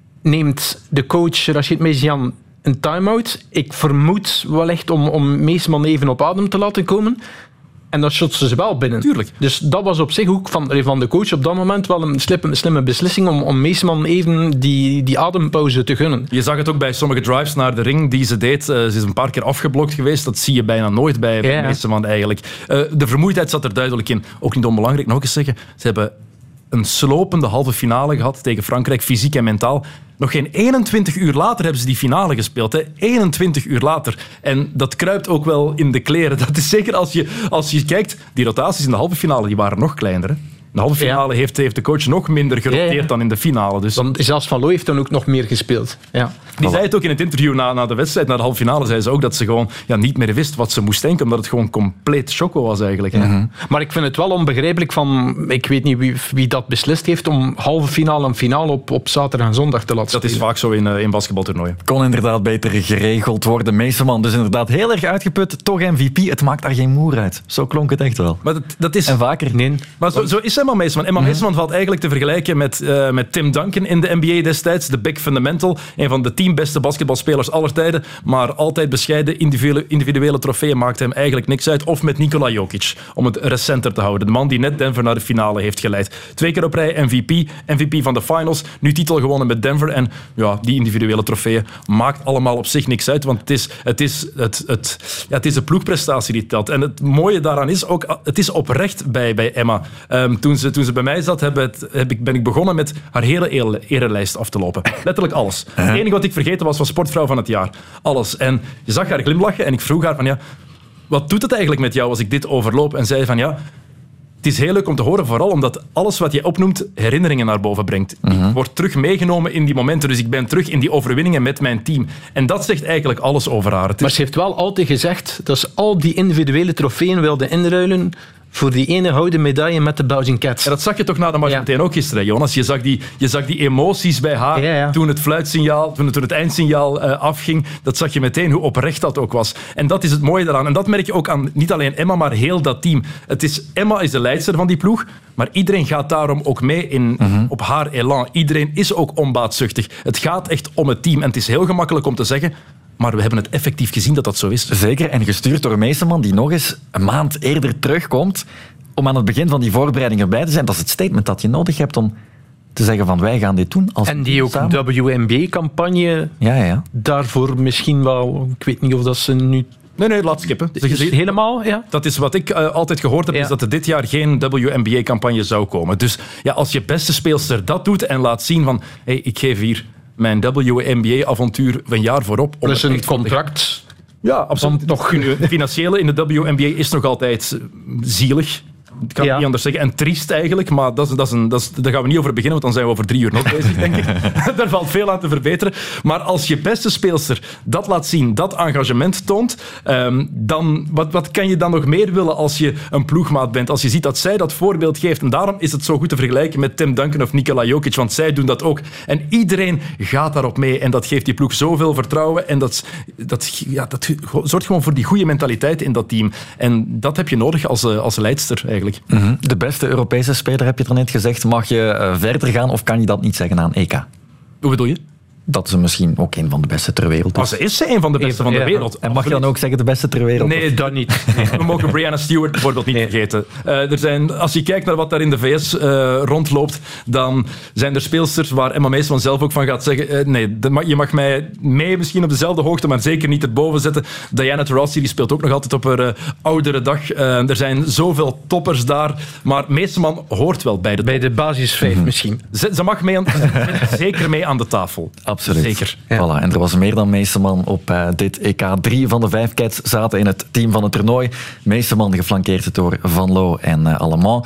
Neemt de coach Rachid Mezian een time-out. Ik vermoed wellicht om, om Meesman even op adem te laten komen. En dan shot ze ze wel binnen. Tuurlijk. Dus dat was op zich ook van, van de coach op dat moment wel een slimme, slimme beslissing om, om Meesman even die, die adempauze te gunnen. Je zag het ook bij sommige drives naar de ring die ze deed. Uh, ze is een paar keer afgeblokt geweest. Dat zie je bijna nooit bij ja. Meesman eigenlijk. Uh, de vermoeidheid zat er duidelijk in. Ook niet onbelangrijk, nog eens zeggen. Ze hebben een slopende halve finale gehad tegen Frankrijk, fysiek en mentaal. Nog geen eenentwintig uur later hebben ze die finale gespeeld. Hè. eenentwintig uur later. En dat kruipt ook wel in de kleren. Dat is zeker als je, als je kijkt, die rotaties in de halve finale die waren nog kleiner. Hè. In de halve finale ja. heeft, heeft de coach nog minder geroteerd ja, ja. dan in de finale. Dus. Dan, zelfs Van Loo heeft dan ook nog meer gespeeld. Ja. Die zei het ook in het interview na, na de wedstrijd, na de halve finale, zei ze ook dat ze gewoon ja, niet meer wist wat ze moest denken, omdat het gewoon compleet choco was eigenlijk. Mm-hmm. Maar ik vind het wel onbegrijpelijk van, ik weet niet wie, wie dat beslist heeft, om halve finale en finale op, op zaterdag en zondag te laten dat spelen. Dat is vaak zo in, uh, in basketbaltoernooien. Kon inderdaad beter geregeld worden. Meeseman dus inderdaad heel erg uitgeput, toch M V P. Het maakt daar geen moer uit. Zo klonk het echt wel. Maar dat, dat is... En vaker? Nee. Maar zo, zo is Emma Meeseman. Emma mm-hmm. Meeseman valt eigenlijk te vergelijken met, uh, met Tim Duncan in de N B A destijds, de big fundamental, een van de tien beste basketbalspelers aller tijden, maar altijd bescheiden. Individuele, individuele trofeeën maakt hem eigenlijk niks uit. Of met Nikola Jokic, om het recenter te houden. De man die net Denver naar de finale heeft geleid. Twee keer op rij M V P, M V P van de finals, nu titel gewonnen met Denver. En ja, die individuele trofeeën maakt allemaal op zich niks uit, want het is, het is, het, het, ja, het is de ploegprestatie die telt. En het mooie daaraan is ook, het is oprecht bij, bij Emma. Um, toen, ze, toen ze bij mij zat, heb het, heb ik, ben ik begonnen met haar hele erelijst af te lopen. Letterlijk alles. Het enige wat ik vergeten was, was sportvrouw van het jaar. Alles. En je zag haar glimlachen en ik vroeg haar van ja, wat doet het eigenlijk met jou als ik dit overloop? En zei van ja, het is heel leuk om te horen, vooral omdat alles wat je opnoemt herinneringen naar boven brengt. Uh-huh. Ik word terug meegenomen in die momenten, dus ik ben terug in die overwinningen met mijn team. En dat zegt eigenlijk alles over haar. Maar ze heeft wel altijd gezegd dat ze al die individuele trofeeën wilde inruilen voor die ene gouden medaille met de Belgian Cats. En dat zag je toch na de match ja. meteen ook gisteren, Jonas. Je zag die, je zag die emoties bij haar ja, ja. toen het fluitsignaal, toen het, toen het eindsignaal uh, afging. Dat zag je meteen hoe oprecht dat ook was. En dat is het mooie daaraan. En dat merk je ook aan niet alleen Emma, maar heel dat team. Het is, Emma is de leidster van die ploeg, maar iedereen gaat daarom ook mee in, uh-huh. op haar elan. Iedereen is ook onbaatzuchtig. Het gaat echt om het team. En het is heel gemakkelijk om te zeggen, maar we hebben het effectief gezien dat dat zo is. Zeker, en gestuurd door Meeseman, die nog eens een maand eerder terugkomt om aan het begin van die voorbereiding erbij te zijn. Dat is het statement dat je nodig hebt om te zeggen van wij gaan dit doen. Als en die ook een W N B A-campagne ja, ja. daarvoor misschien wel... Ik weet niet of dat ze nu... Nee, nee, laat skippen. Dus helemaal, ja. Dat is wat ik uh, altijd gehoord heb, ja. is dat er dit jaar geen W N B A-campagne zou komen. Dus ja, als je beste speelster dat doet en laat zien van hey, ik geef hier mijn W N B A-avontuur een jaar voorop. Plus een contract. Ja, absoluut. Nog financiële in de W N B A is nog altijd zielig. Ik kan ja. niet anders zeggen. En triest eigenlijk, maar dat is, dat is een, dat is, daar gaan we niet over beginnen, want dan zijn we over drie uur nog bezig, denk ik. Daar valt veel aan te verbeteren. Maar als je beste speelster dat laat zien, dat engagement toont, um, dan, wat, wat kan je dan nog meer willen als je een ploegmaat bent? Als je ziet dat zij dat voorbeeld geeft. En daarom is het zo goed te vergelijken met Tim Duncan of Nikola Jokic, want zij doen dat ook. En iedereen gaat daarop mee en dat geeft die ploeg zoveel vertrouwen en dat, dat, ja, dat zorgt gewoon voor die goede mentaliteit in dat team. En dat heb je nodig als, als leidster eigenlijk. Mm-hmm. De beste Europese speler, heb je er net gezegd. Mag je uh, verder gaan of kan je dat niet zeggen aan E K? Hoe bedoel je? Dat ze misschien ook een van de beste ter wereld is. Maar ze is ze een van de beste van de wereld. En mag je dan ook zeggen de beste ter wereld? Nee, dat niet. Nee. We mogen Brianna Stewart bijvoorbeeld niet nee. vergeten. Uh, er zijn, als je kijkt naar wat daar in de V S uh, rondloopt, dan zijn er speelsters waar Emma Meesman zelf ook van gaat zeggen uh, nee, je mag mij mee misschien op dezelfde hoogte, maar zeker niet erboven zetten. Diana Taurasi, die speelt ook nog altijd op haar uh, oudere dag. Uh, er zijn zoveel toppers daar, maar Meesman hoort wel bij de top. Bij de basis vijf mm-hmm. misschien. Ze, ze mag mee aan, zeker mee aan de tafel. Absoluut. Zeker. Ja. Voilà. En er was meer dan Meeseman op uh, dit E K. Drie van de vijf Cats zaten in het team van het toernooi. Meeseman geflankeerd door Van Loo en uh, Allemand.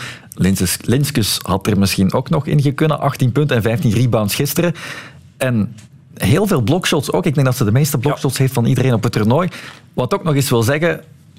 Linskus had er misschien ook nog in gekunnen. achttien punten en vijftien rebounds gisteren. En heel veel blokshots ook. Ik denk dat ze de meeste blokshots ja. heeft van iedereen op het toernooi. Wat ook nog eens wil zeggen,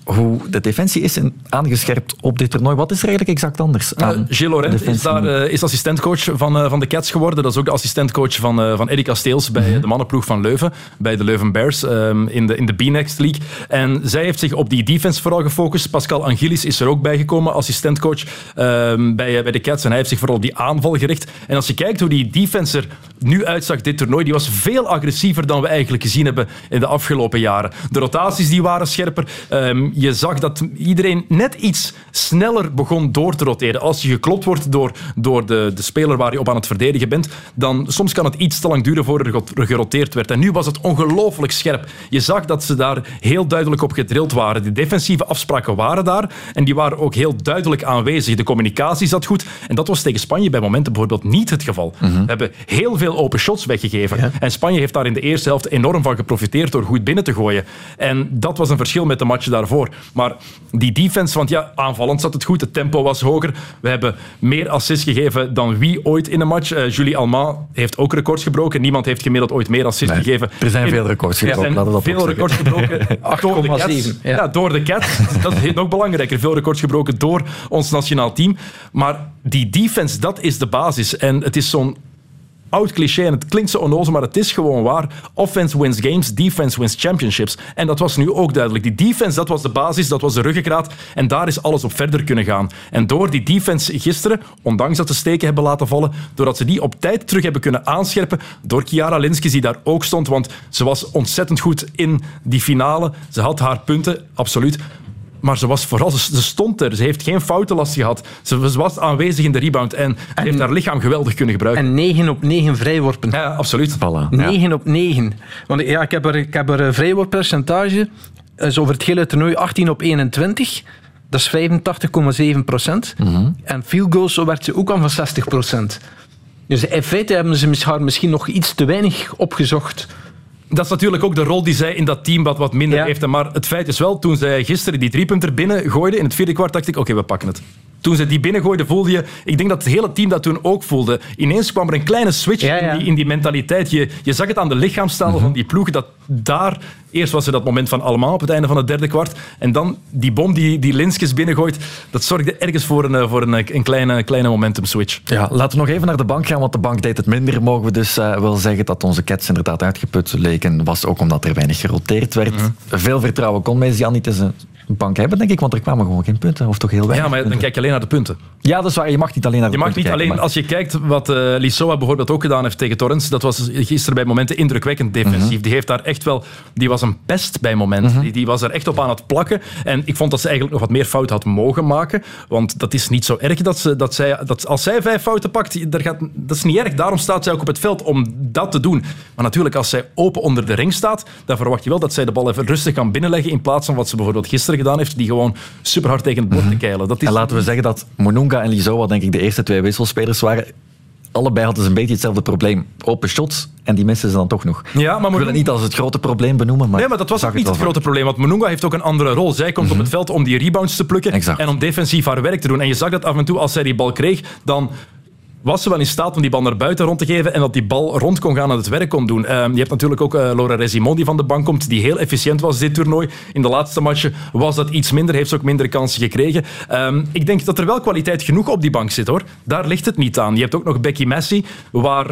hoe de defensie is aangescherpt op dit toernooi. Wat is er eigenlijk exact anders? Uh, Gilles Laurent is, daar, uh, is assistentcoach van, uh, van de Cats geworden. Dat is ook de assistentcoach van, uh, van Eddie Kasteels bij mm-hmm. de mannenploeg van Leuven, bij de Leuven Bears um, in de, in de B-Next League. En zij heeft zich op die defense vooral gefocust. Pascal Angelis is er ook bijgekomen, assistentcoach um, bij, uh, bij de Cats. En hij heeft zich vooral op die aanval gericht. En als je kijkt hoe die defense er nu uitzag, dit toernooi, die was veel agressiever dan we eigenlijk gezien hebben in de afgelopen jaren. De rotaties die waren scherper. Um, je zag dat iedereen net iets sneller begon door te roteren. Als je geklopt wordt door, door de, de speler waar je op aan het verdedigen bent, dan soms kan het iets te lang duren voordat er geroteerd werd. En nu was het ongelooflijk scherp. Je zag dat ze daar heel duidelijk op gedrild waren. De defensieve afspraken waren daar en die waren ook heel duidelijk aanwezig. De communicatie zat goed. En dat was tegen Spanje bij momenten bijvoorbeeld niet het geval. Mm-hmm. We hebben heel veel open shots weggegeven. Ja. En Spanje heeft daar in de eerste helft enorm van geprofiteerd door goed binnen te gooien. En dat was een verschil met de match daarvoor. Maar die defense, want ja, aanvallend zat het goed. Het tempo was hoger. We hebben meer assists gegeven dan wie ooit in een match. Uh, Julie Alma heeft ook records gebroken. Niemand heeft gemiddeld ooit meer assists nee, gegeven. Er zijn in, veel records gebroken. Er zijn veel records gebroken door de Cats. Ja. Ja, door de Cats. Dat is nog belangrijker. Veel records gebroken door ons nationaal team. Maar die defense, dat is de basis. En het is zo'n oud cliché en het klinkt zo onnozel, maar het is gewoon waar. Offense wins games, defense wins championships. En dat was nu ook duidelijk. Die defense, dat was de basis, dat was de ruggengraat. En daar is alles op verder kunnen gaan. En door die defense gisteren, ondanks dat ze steken hebben laten vallen, doordat ze die op tijd terug hebben kunnen aanscherpen, door Chiara Linskes die daar ook stond, want ze was ontzettend goed in die finale. Ze had haar punten, absoluut. Maar ze was vooral, ze stond er. Ze heeft geen foutenlast gehad. Ze was aanwezig in de rebound en, en heeft haar lichaam geweldig kunnen gebruiken. En negen op negen vrijworpen. Ja, absoluut. Voilà. negen op negen. Want ja, ik heb er, ik heb er een vrijworppercentage. Dus over het hele toernooi achttien op eenentwintig. Dat is vijfentachtig komma zeven procent. Mm-hmm. En field goals, zo werd ze ook aan van zestig procent. Dus in feite hebben ze haar misschien nog iets te weinig opgezocht. Dat is natuurlijk ook de rol die zij in dat team wat, wat minder ja. heeft. Maar het feit is wel, toen zij gisteren die driepunter binnen gooide, in het vierde kwart dacht ik, oké, okay, we pakken het. Toen ze die binnengooide, voelde je... Ik denk dat het hele team dat toen ook voelde. Ineens kwam er een kleine switch ja, ja. In, die, in die mentaliteit. Je, je zag het aan de lichaamstaal mm-hmm. van die ploeg, dat daar... Eerst was er dat moment van allemaal op het einde van het derde kwart. En dan die bom die, die Linskes binnengooit, dat zorgde ergens voor een, voor een, een kleine, kleine momentum switch. Ja, laten we nog even naar de bank gaan, want de bank deed het minder. Mogen we dus uh, wel zeggen dat onze Cats inderdaad uitgeput leken. Was ook omdat er weinig geroteerd werd. Mm-hmm. Veel vertrouwen kon Jan niet eens een bank hebben, denk ik, want er kwamen gewoon geen punten. Of toch heel weinig Ja, maar dan punten. kijk je alleen naar de punten. Ja, dat is waar. Je mag niet alleen naar de je punten mag niet kijken, alleen, maar... Als je kijkt wat uh, Lissoa bijvoorbeeld ook gedaan heeft tegen Torrens, dat was gisteren bij momenten indrukwekkend defensief. Mm-hmm. Die heeft daar echt wel... Die was een pest bij momenten. Mm-hmm. Die, die was er echt op aan het plakken. En ik vond dat ze eigenlijk nog wat meer fouten had mogen maken. Want dat is niet zo erg dat, ze, dat zij... Dat als zij vijf fouten pakt, daar gaat, dat is niet erg. Daarom staat zij ook op het veld om dat te doen. Maar natuurlijk, als zij open onder de ring staat, dan verwacht je wel dat zij de bal even rustig kan binnenleggen in plaats van wat ze bijvoorbeeld gisteren gedaan heeft, die gewoon super hard tegen het bord te keilen. Dat is... En laten we zeggen dat Monunga en Lissoa, denk ik, de eerste twee wisselspelers waren. Allebei hadden ze een beetje hetzelfde probleem. Open shots en die missen ze dan toch nog. Ja, maar ik wil het niet als het grote probleem benoemen. Maar nee, maar dat was ook niet het, het grote probleem. Want Monunga heeft ook een andere rol. Zij komt mm-hmm. op het veld om die rebounds te plukken exact. En om defensief haar werk te doen. En je zag dat af en toe, als zij die bal kreeg, dan was ze wel in staat om die bal naar buiten rond te geven en dat die bal rond kon gaan en het werk kon doen. Uh, je hebt natuurlijk ook uh, Laura Resimon die van de bank komt, die heel efficiënt was dit toernooi. In de laatste matchen was dat iets minder, heeft ze ook minder kansen gekregen. Um, ik denk dat er wel kwaliteit genoeg op die bank zit, hoor. Daar ligt het niet aan. Je hebt ook nog Becky Massey, waar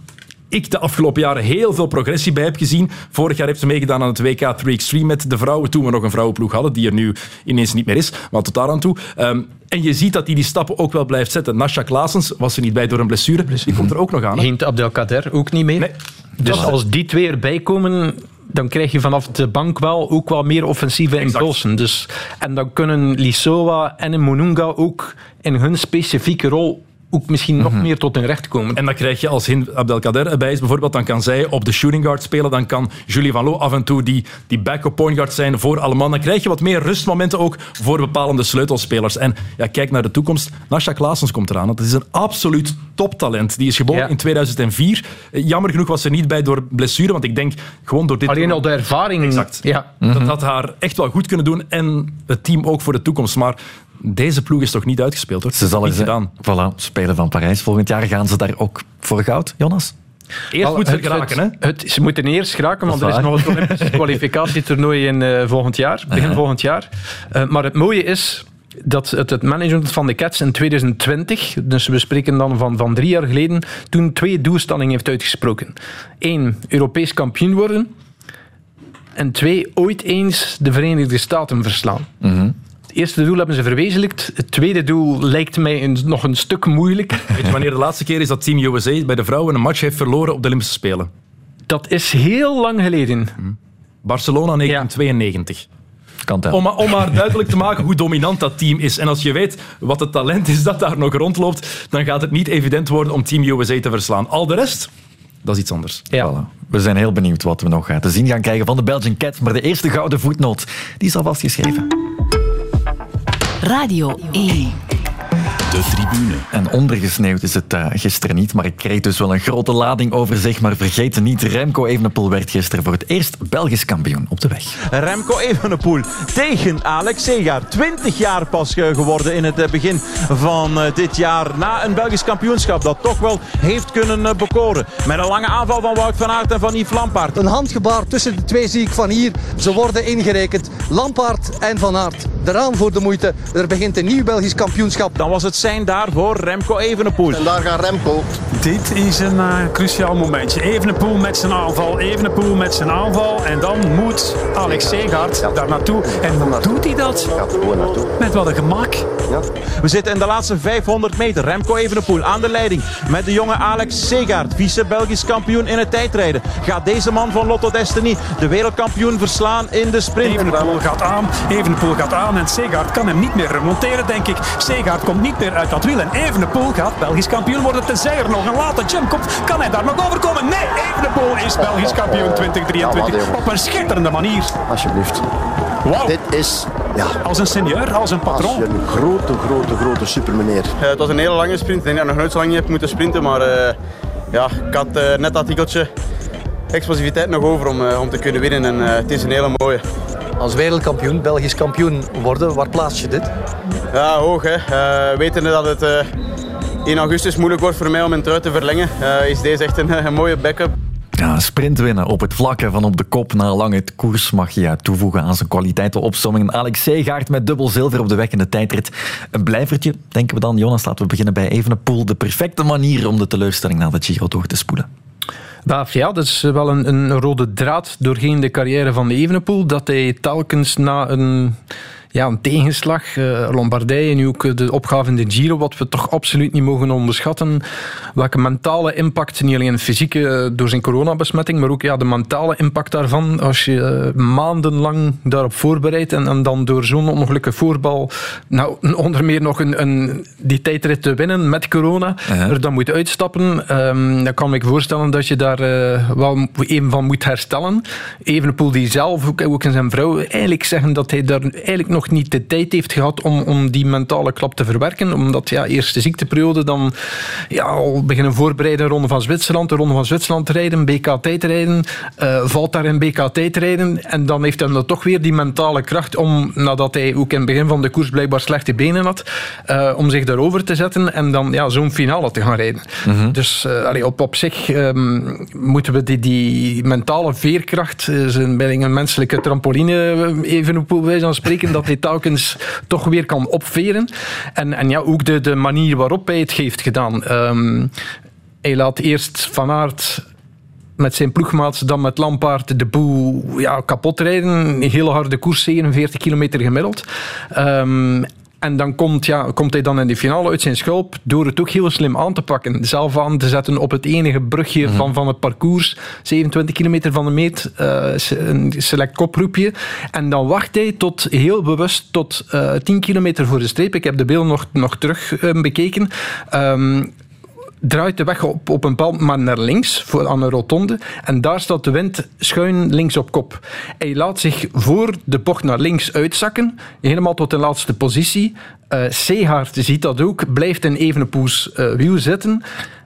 ik de afgelopen jaren heel veel progressie bij heb gezien. Vorig jaar heeft ze meegedaan aan het W K drie Extreme met de vrouwen, toen we nog een vrouwenploeg hadden, die er nu ineens niet meer is, maar tot daar aan toe. Um, en je ziet dat hij die stappen ook wel blijft zetten. Nasha Klaasens was er niet bij door een blessure, die komt er ook nog aan. Hint Abdelkader ook niet meer. Nee. Dus als die twee erbij komen, dan krijg je vanaf de bank wel ook wel meer offensieve impulsen. Dus, en dan kunnen Lissoa en Monunga ook in hun specifieke rol ook misschien nog mm-hmm. meer tot hun recht komen. En dan krijg je, als Hind Abdelkader erbij is bijvoorbeeld, dan kan zij op de shooting guard spelen, dan kan Julie Van Loo af en toe die, die backup point guard zijn voor allemaal. Dan krijg je wat meer rustmomenten ook voor bepalende sleutelspelers. En ja, kijk naar de toekomst. Nasha Klaasens komt eraan. Dat is een absoluut toptalent. Die is geboren ja. in tweeduizend vier. Jammer genoeg was ze niet bij door blessure, want ik denk gewoon door dit... Alleen al de ervaring. Exact. Ja. Mm-hmm. Dat had haar echt wel goed kunnen doen en het team ook voor de toekomst. Maar deze ploeg is toch niet uitgespeeld, hoor. Ze zal er zijn. Voilà, Spelen van Parijs. Volgend jaar gaan ze daar ook voor goud, Jonas? Eerst Al, moet ze het, geraken, het, hè? Het, ze moeten eerst geraken, want Dat er is is waar. nog een Olympisch kwalificatietoernooi in uh, volgend jaar, begin uh-huh. volgend jaar. Uh, maar het mooie is dat het, het management van de Cats in twintig twintig, dus we spreken dan van, van drie jaar geleden, toen twee doelstellingen heeft uitgesproken. Eén, Europees kampioen worden. En twee, ooit eens de Verenigde Staten verslaan. Mm-hmm. Het eerste doel hebben ze verwezenlijkt. Het tweede doel lijkt mij een, nog een stuk moeilijker. Weet je wanneer de laatste keer is dat Team U S A bij de vrouwen een match heeft verloren op de Olympische Spelen? Dat is heel lang geleden. Barcelona negentien tweeënnegentig. Ja. Kan tellen. Om, om maar duidelijk te maken hoe dominant dat team is. En als je weet wat het talent is dat daar nog rondloopt, dan gaat het niet evident worden om Team U S A te verslaan. Al de rest, dat is iets anders. Ja. Voilà. We zijn heel benieuwd wat we nog te zien gaan krijgen van de Belgian Cats. Maar de eerste gouden voetnoot, die is al vastgeschreven. Radio één. De tribune. En ondergesneeuwd is het uh, gisteren niet, maar ik kreeg dus wel een grote lading over zich. Maar vergeet niet, Remco Evenepoel werd gisteren voor het eerst Belgisch kampioen op de weg. Remco Evenepoel tegen Alex Segaert. twintig jaar pas geworden in het begin van dit jaar. Na een Belgisch kampioenschap dat toch wel heeft kunnen bekoren. Met een lange aanval van Wout van Aert en van Yves Lampaert. Een handgebaar tussen de twee zie ik van hier. Ze worden ingerekend. Lampaert en Van Aert. De raam voor de moeite. Er begint een nieuw Belgisch kampioenschap. Dan was het zijn daar voor Remco Evenepoel. En daar gaat Remco. Dit is een uh, cruciaal momentje. Evenepoel met zijn aanval. Evenepoel met zijn aanval. En dan moet Alex Segaert ja. daar naartoe. En hoe doet hij dat? Gaat er gewoon naartoe. Met wat een gemak. Ja. We zitten in de laatste vijfhonderd meter. Remco Evenepoel aan de leiding. Met de jonge Alex Segaert. Vice-Belgisch kampioen in het tijdrijden. Gaat deze man van Lotto Destiny de wereldkampioen verslaan in de sprint? Evenepoel gaat aan. Evenepoel gaat aan. En Segaert kan hem niet meer remonteren, denk ik. Segaert komt niet meer uit dat wiel. En Evenepoel gaat Belgisch kampioen worden. Tenzij er nog een late jump komt. Kan hij daar nog overkomen? Nee, Evenepoel is Belgisch kampioen twintig drieëntwintig. Op een schitterende manier. Alsjeblieft. Wow. Dit is... Ja. Als een senior, als een patroon. Als een grote, grote, grote supermeneer. Uh, het was een hele lange sprint. Ik denk dat ik nog nooit zo lang niet heb moeten sprinten. Maar uh, ja, ik had uh, net dat tikkeltje explosiviteit nog over om, uh, om te kunnen winnen. En uh, het is een hele mooie. Als wereldkampioen, Belgisch kampioen worden, waar plaats je dit? Ja, hoog hè. Uh, wetende dat het uh, in augustus moeilijk wordt voor mij om een trui te verlengen, uh, is deze echt een, een mooie backup. Ja, sprint winnen op het vlakke van op de kop na lange koers mag je toevoegen aan zijn kwaliteitenopsomming. Alex Segaert met dubbel zilver op de weg in de tijdrit. Een blijvertje, denken we dan. Jonas, laten we beginnen bij Evenepoel. De perfecte manier om de teleurstelling na de Giro door te spoelen. Ja, dat is wel een, een rode draad doorheen de carrière van Evenepoel. Dat hij telkens na een... Ja, een tegenslag, uh, Lombardije, nu ook de opgave in de Giro, wat we toch absoluut niet mogen onderschatten. Welke mentale impact, niet alleen fysieke uh, door zijn coronabesmetting, maar ook ja, de mentale impact daarvan. Als je uh, maandenlang daarop voorbereidt en, en dan door zo'n ongelukkige voorbal, nou, onder meer nog een, een, die tijdrit te winnen met corona, uh-huh. er dan moet uitstappen, um, dan kan ik me voorstellen dat je daar uh, wel even van moet herstellen. Evenepoel die zelf, ook, ook in zijn vrouw, eigenlijk zeggen dat hij daar eigenlijk nog niet de tijd heeft gehad om, om die mentale klap te verwerken. Omdat, ja, eerst de ziekteperiode, dan ja, al beginnen voorbereiden, Ronde van Zwitserland, de Ronde van Zwitserland rijden, B K tijdrijden, uh, valt daar in B K tijdrijden en dan heeft hij dan toch weer die mentale kracht om, nadat hij ook in het begin van de koers blijkbaar slechte benen had, uh, om zich daarover te zetten en dan ja, zo'n finale te gaan rijden. Mm-hmm. Dus uh, allee, op, op zich um, moeten we die, die mentale veerkracht, uh, zijn bij een menselijke trampoline, even op wijze van spreken, dat hij telkens toch weer kan opveren. En, en ja, ook de, de manier waarop hij het heeft gedaan. Um, hij laat eerst Van Aert met zijn ploegmaats, dan met Lampaert de boel ja, kapot rijden. Een hele harde koers, zevenenveertig kilometer gemiddeld. Um, En dan komt, ja, komt hij dan in de finale uit zijn schulp door het ook heel slim aan te pakken. Zelf aan te zetten op het enige brugje mm-hmm. van, van het parcours. zevenentwintig kilometer van de meet. Uh, een select koproepje. En dan wacht hij tot, heel bewust tot uh, tien kilometer voor de streep. Ik heb de beelden nog, nog terug uh, bekeken. Um, draait de weg op, op een bepaald moment naar links, voor, aan een rotonde. En daar staat de wind schuin links op kop. Hij laat zich voor de bocht naar links uitzakken, helemaal tot de laatste positie. Uh, Segaert ziet dat ook, blijft in Evenepoels uh, wiel zitten.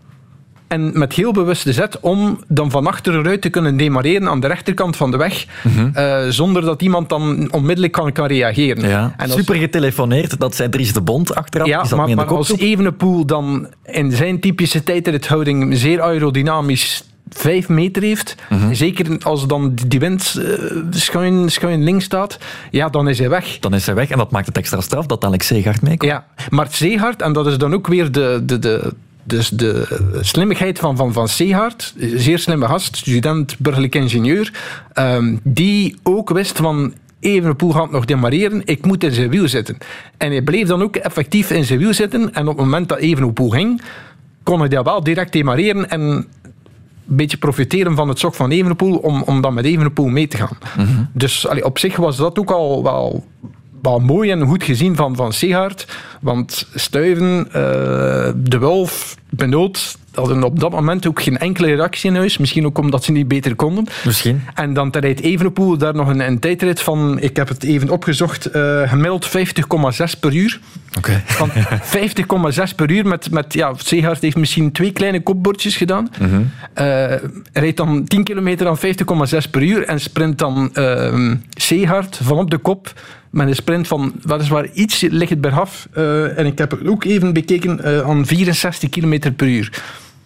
En met heel bewuste zet om dan van achteruit te kunnen demareren aan de rechterkant van de weg, mm-hmm. uh, zonder dat iemand dan onmiddellijk kan, kan reageren. Ja. En als... Super getelefoneerd, dat zei Dries de Bond achteraf. Ja, maar, maar als Evenepoel dan in zijn typische tijdrithouding zeer aerodynamisch vijf meter heeft. Mm-hmm. Zeker als dan die wind uh, schuin, schuin links staat, ja, dan is hij weg. Dan is hij weg en dat maakt het extra straf dat Alex Zeegaard meekomt. Ja, maar Zeegaard, en dat is dan ook weer de... de, de Dus de slimmigheid van, van, van Zeegaard, zeer slimme gast, student, burgerlijk ingenieur, um, die ook wist van Evenepoel gaat nog demareren, ik moet in zijn wiel zitten. En hij bleef dan ook effectief in zijn wiel zitten en op het moment dat Evenepoel ging, kon hij dat wel direct demareren en een beetje profiteren van het zog van Evenepoel om, om dan met Evenepoel mee te gaan. Mm-hmm. Dus allee, op zich was dat ook al wel... wel mooi en goed gezien van, van Zeegaard. Want Stuyven, uh, De Wulf, Benoot hadden op dat moment ook geen enkele reactie in huis. Misschien ook omdat ze niet beter konden. Misschien. En dan rijdt Evenepoel daar nog een, een tijdrit van, ik heb het even opgezocht, uh, gemiddeld vijftig komma zes per uur. Oké. Okay. vijftig komma zes per uur met, met ja, Zeegaard heeft misschien twee kleine kopbordjes gedaan. Mm-hmm. Uh, rijdt dan tien kilometer aan vijftig komma zes per uur en sprint dan uh, Zeegaard van op de kop met een sprint van weliswaar iets ligt het bergaf. Uh, en ik heb het ook even bekeken uh, aan vierenzestig kilometer per uur.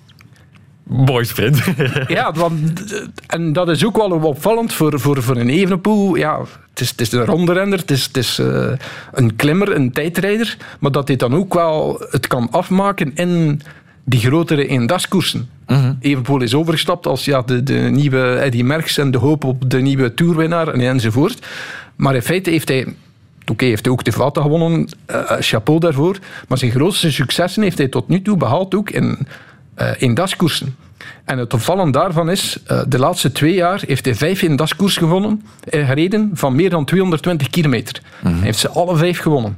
Mooi sprint. Ja, want, en dat is ook wel opvallend voor, voor, voor een Evenepoel. Ja, het is, het is een ronderenner, het is, het is uh, een klimmer, een tijdrijder, maar dat hij dan ook wel het kan afmaken in die grotere eendagskoersen. Mm-hmm. Evenepoel is overgestapt als ja, de, de nieuwe Eddy Merckx en de hoop op de nieuwe toerwinnaar en enzovoort. Maar in feite heeft hij... Oké, okay, heeft hij ook de Vuelta gewonnen, uh, chapeau daarvoor. Maar zijn grootste successen heeft hij tot nu toe behaald ook in uh, eendagskoersen. En het opvallende daarvan is, uh, de laatste twee jaar heeft hij vijf eendagskoers gewonnen, uh, gereden van meer dan tweehonderdtwintig kilometer. Mm-hmm. Hij heeft ze alle vijf gewonnen.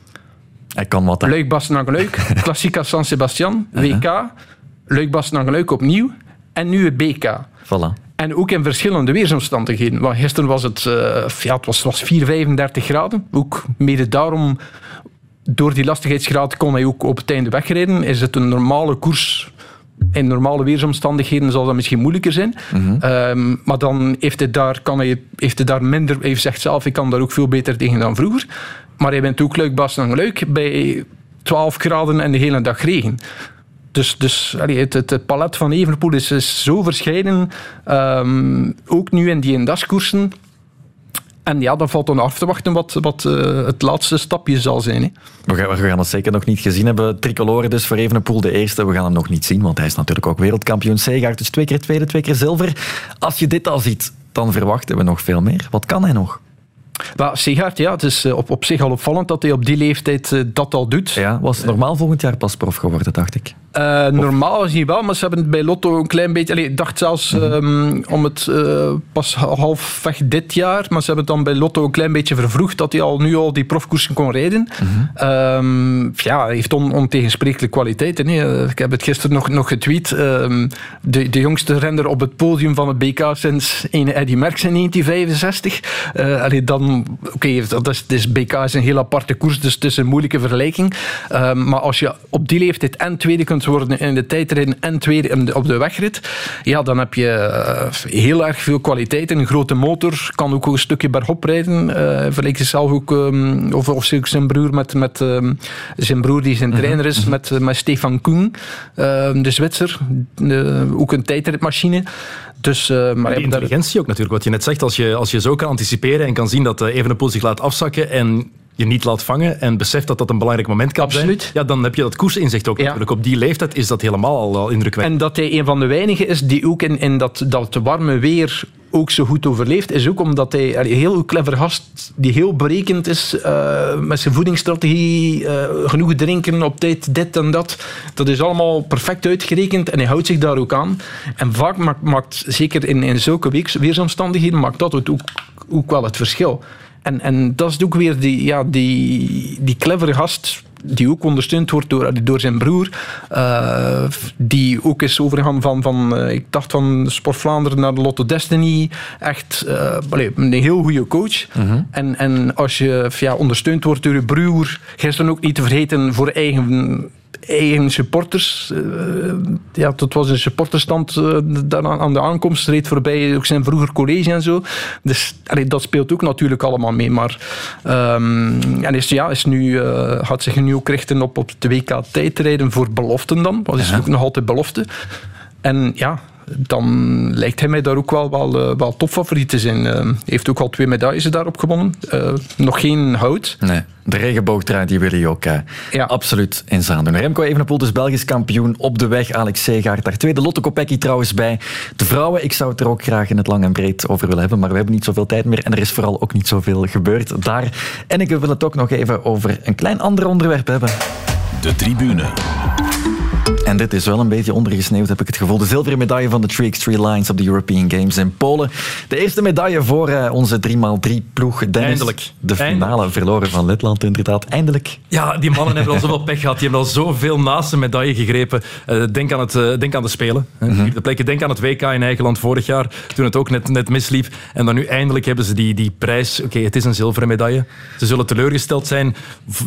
Hij kan wat, hè? Luik-Bastenaken-Luik, Klassica San Sebastian, uh-huh. W K, Luik-Bastenaken-Luik opnieuw en nu het B K. Voilà. En ook in verschillende weersomstandigheden. Want gisteren was het, uh, ja, het was, was vier, vijfendertig graden. Ook mede daarom, door die lastigheidsgraad, kon hij ook op het einde wegrijden. Is het een normale koers? In normale weersomstandigheden zal dat misschien moeilijker zijn. Mm-hmm. Um, maar dan heeft hij, daar, kan hij, heeft hij daar minder... Hij zegt zelf, ik kan daar ook veel beter tegen dan vroeger. Maar hij bent ook Luik-Bastenaken-Luik bij twaalf graden en de hele dag regen. Dus, dus allee, het, het, het palet van Evenepoel is, is zo verscheiden. Um, ook nu in die eendagskoersen. En ja, dan valt dan af te wachten wat, wat uh, het laatste stapje zal zijn. Hè. We, gaan, we gaan het zeker nog niet gezien hebben. Tricolore dus voor Evenepoel de eerste. We gaan hem nog niet zien, want hij is natuurlijk ook wereldkampioen. Zeegaard dus twee keer tweede, twee keer zilver. Als je dit al ziet, dan verwachten we nog veel meer. Wat kan hij nog? Maar Zeegaard, ja, het is op, op zich al opvallend dat hij op die leeftijd uh, dat al doet. Ja, was normaal volgend jaar pas prof geworden, dacht ik. Uh, normaal is hij wel, maar ze hebben het bij Lotto een klein beetje... Allee, ik dacht zelfs um, om het uh, pas halfweg dit jaar, maar ze hebben het dan bij Lotto een klein beetje vervroegd dat hij al nu al die profkoersen kon rijden. Mm-hmm. Um, ja, hij heeft on, ontegensprekelijke kwaliteiten. Hè. Ik heb het gisteren nog, nog getweet. Um, de, de jongste renner op het podium van het B K sinds een Eddy Merckx in negentien vijfenzestig. Uh, allee, dan... Oké, okay, dat is, is B K is een heel aparte koers, dus het is een moeilijke vergelijking. Um, maar als je op die leeftijd en tweede kunt worden in de tijdrijden en tweede op de wegrit, ja, dan heb je uh, heel erg veel kwaliteit. Een grote motor, kan ook een stukje bergop rijden. Uh, vergelijk zichzelf ook, um, of, of zijn broer met, met um, zijn broer die zijn trainer is, mm-hmm. met, uh, met Stefan Koen, uh, de Zwitser. Uh, ook een tijdritmachine. Dus, uh, maar die intelligentie daar... ook natuurlijk, wat je net zegt. Als je, als je zo kan anticiperen en kan zien dat uh, Evenepoel zich laat afzakken en je niet laat vangen en beseft dat dat een belangrijk moment kan Absoluut. zijn, ja, dan heb je dat koersinzicht ook ja. natuurlijk. Op die leeftijd is dat helemaal al, al indrukwekkend. En dat hij een van de weinigen is die ook in, in dat, dat warme weer ook zo goed overleeft, is ook omdat hij een heel clever gast, die heel berekend is uh, met zijn voedingsstrategie, uh, genoeg drinken op tijd, dit en dat. Dat is allemaal perfect uitgerekend en hij houdt zich daar ook aan. En vaak maakt, maakt zeker in, in zulke weersomstandigheden, maakt dat ook, ook wel het verschil. En, en dat is ook weer die, ja, die, die clevere gast die ook ondersteund wordt door, door zijn broer, uh, die ook is overgegaan van, van uh, ik dacht van Sport Vlaanderen naar de Lotto Destiny. Echt uh, allez, een heel goede coach. Mm-hmm. En, en als je ja, ondersteund wordt door je broer, gisteren ook niet te vergeten voor eigen... eigen supporters. Uh, ja, dat was een supporterstand uh, daar aan de aankomst, reed voorbij ook zijn vroeger college en zo. Dus allee, dat speelt ook natuurlijk allemaal mee. Maar um, en is, ja, is nu, uh, gaat zich nu ook richten op, op de W K tijdrijden voor beloften dan. Dat is ja. ook nog altijd belofte. En ja, dan lijkt hij mij daar ook wel, wel, uh, wel topfavoriet te zijn. Hij uh, heeft ook al twee medailles daarop gewonnen. Uh, nog geen hout. Nee, de regenboogtrui die wil hij ook uh, ja. absoluut in zaam doen. Remco Evenepoel dus Belgisch kampioen op de weg. Alex Segaert daar tweede. Lotte Kopecky trouwens bij. De vrouwen, ik zou het er ook graag in het lang en breed over willen hebben, maar we hebben niet zoveel tijd meer en er is vooral ook niet zoveel gebeurd daar. En ik wil het ook nog even over een klein ander onderwerp hebben. De tribune. En dit is wel een beetje ondergesneeuwd, heb ik het gevoel. De zilveren medaille van de three by three Lions op de European Games in Polen. De eerste medaille voor uh, onze drie bij drie ploeg. Dennis, Eindelijk. De finale Eindelijk. verloren van Letland, inderdaad. Eindelijk. Ja, die mannen hebben al zoveel pech gehad. Die hebben al zoveel naast de medaille gegrepen. Uh, denk, aan het, uh, denk aan de Spelen. Mm-hmm. De plekken. Denk aan het W K in eigen land vorig jaar, toen het ook net, net misliep. En dan nu eindelijk hebben ze die, die prijs. Oké, okay, het is een zilveren medaille. Ze zullen teleurgesteld zijn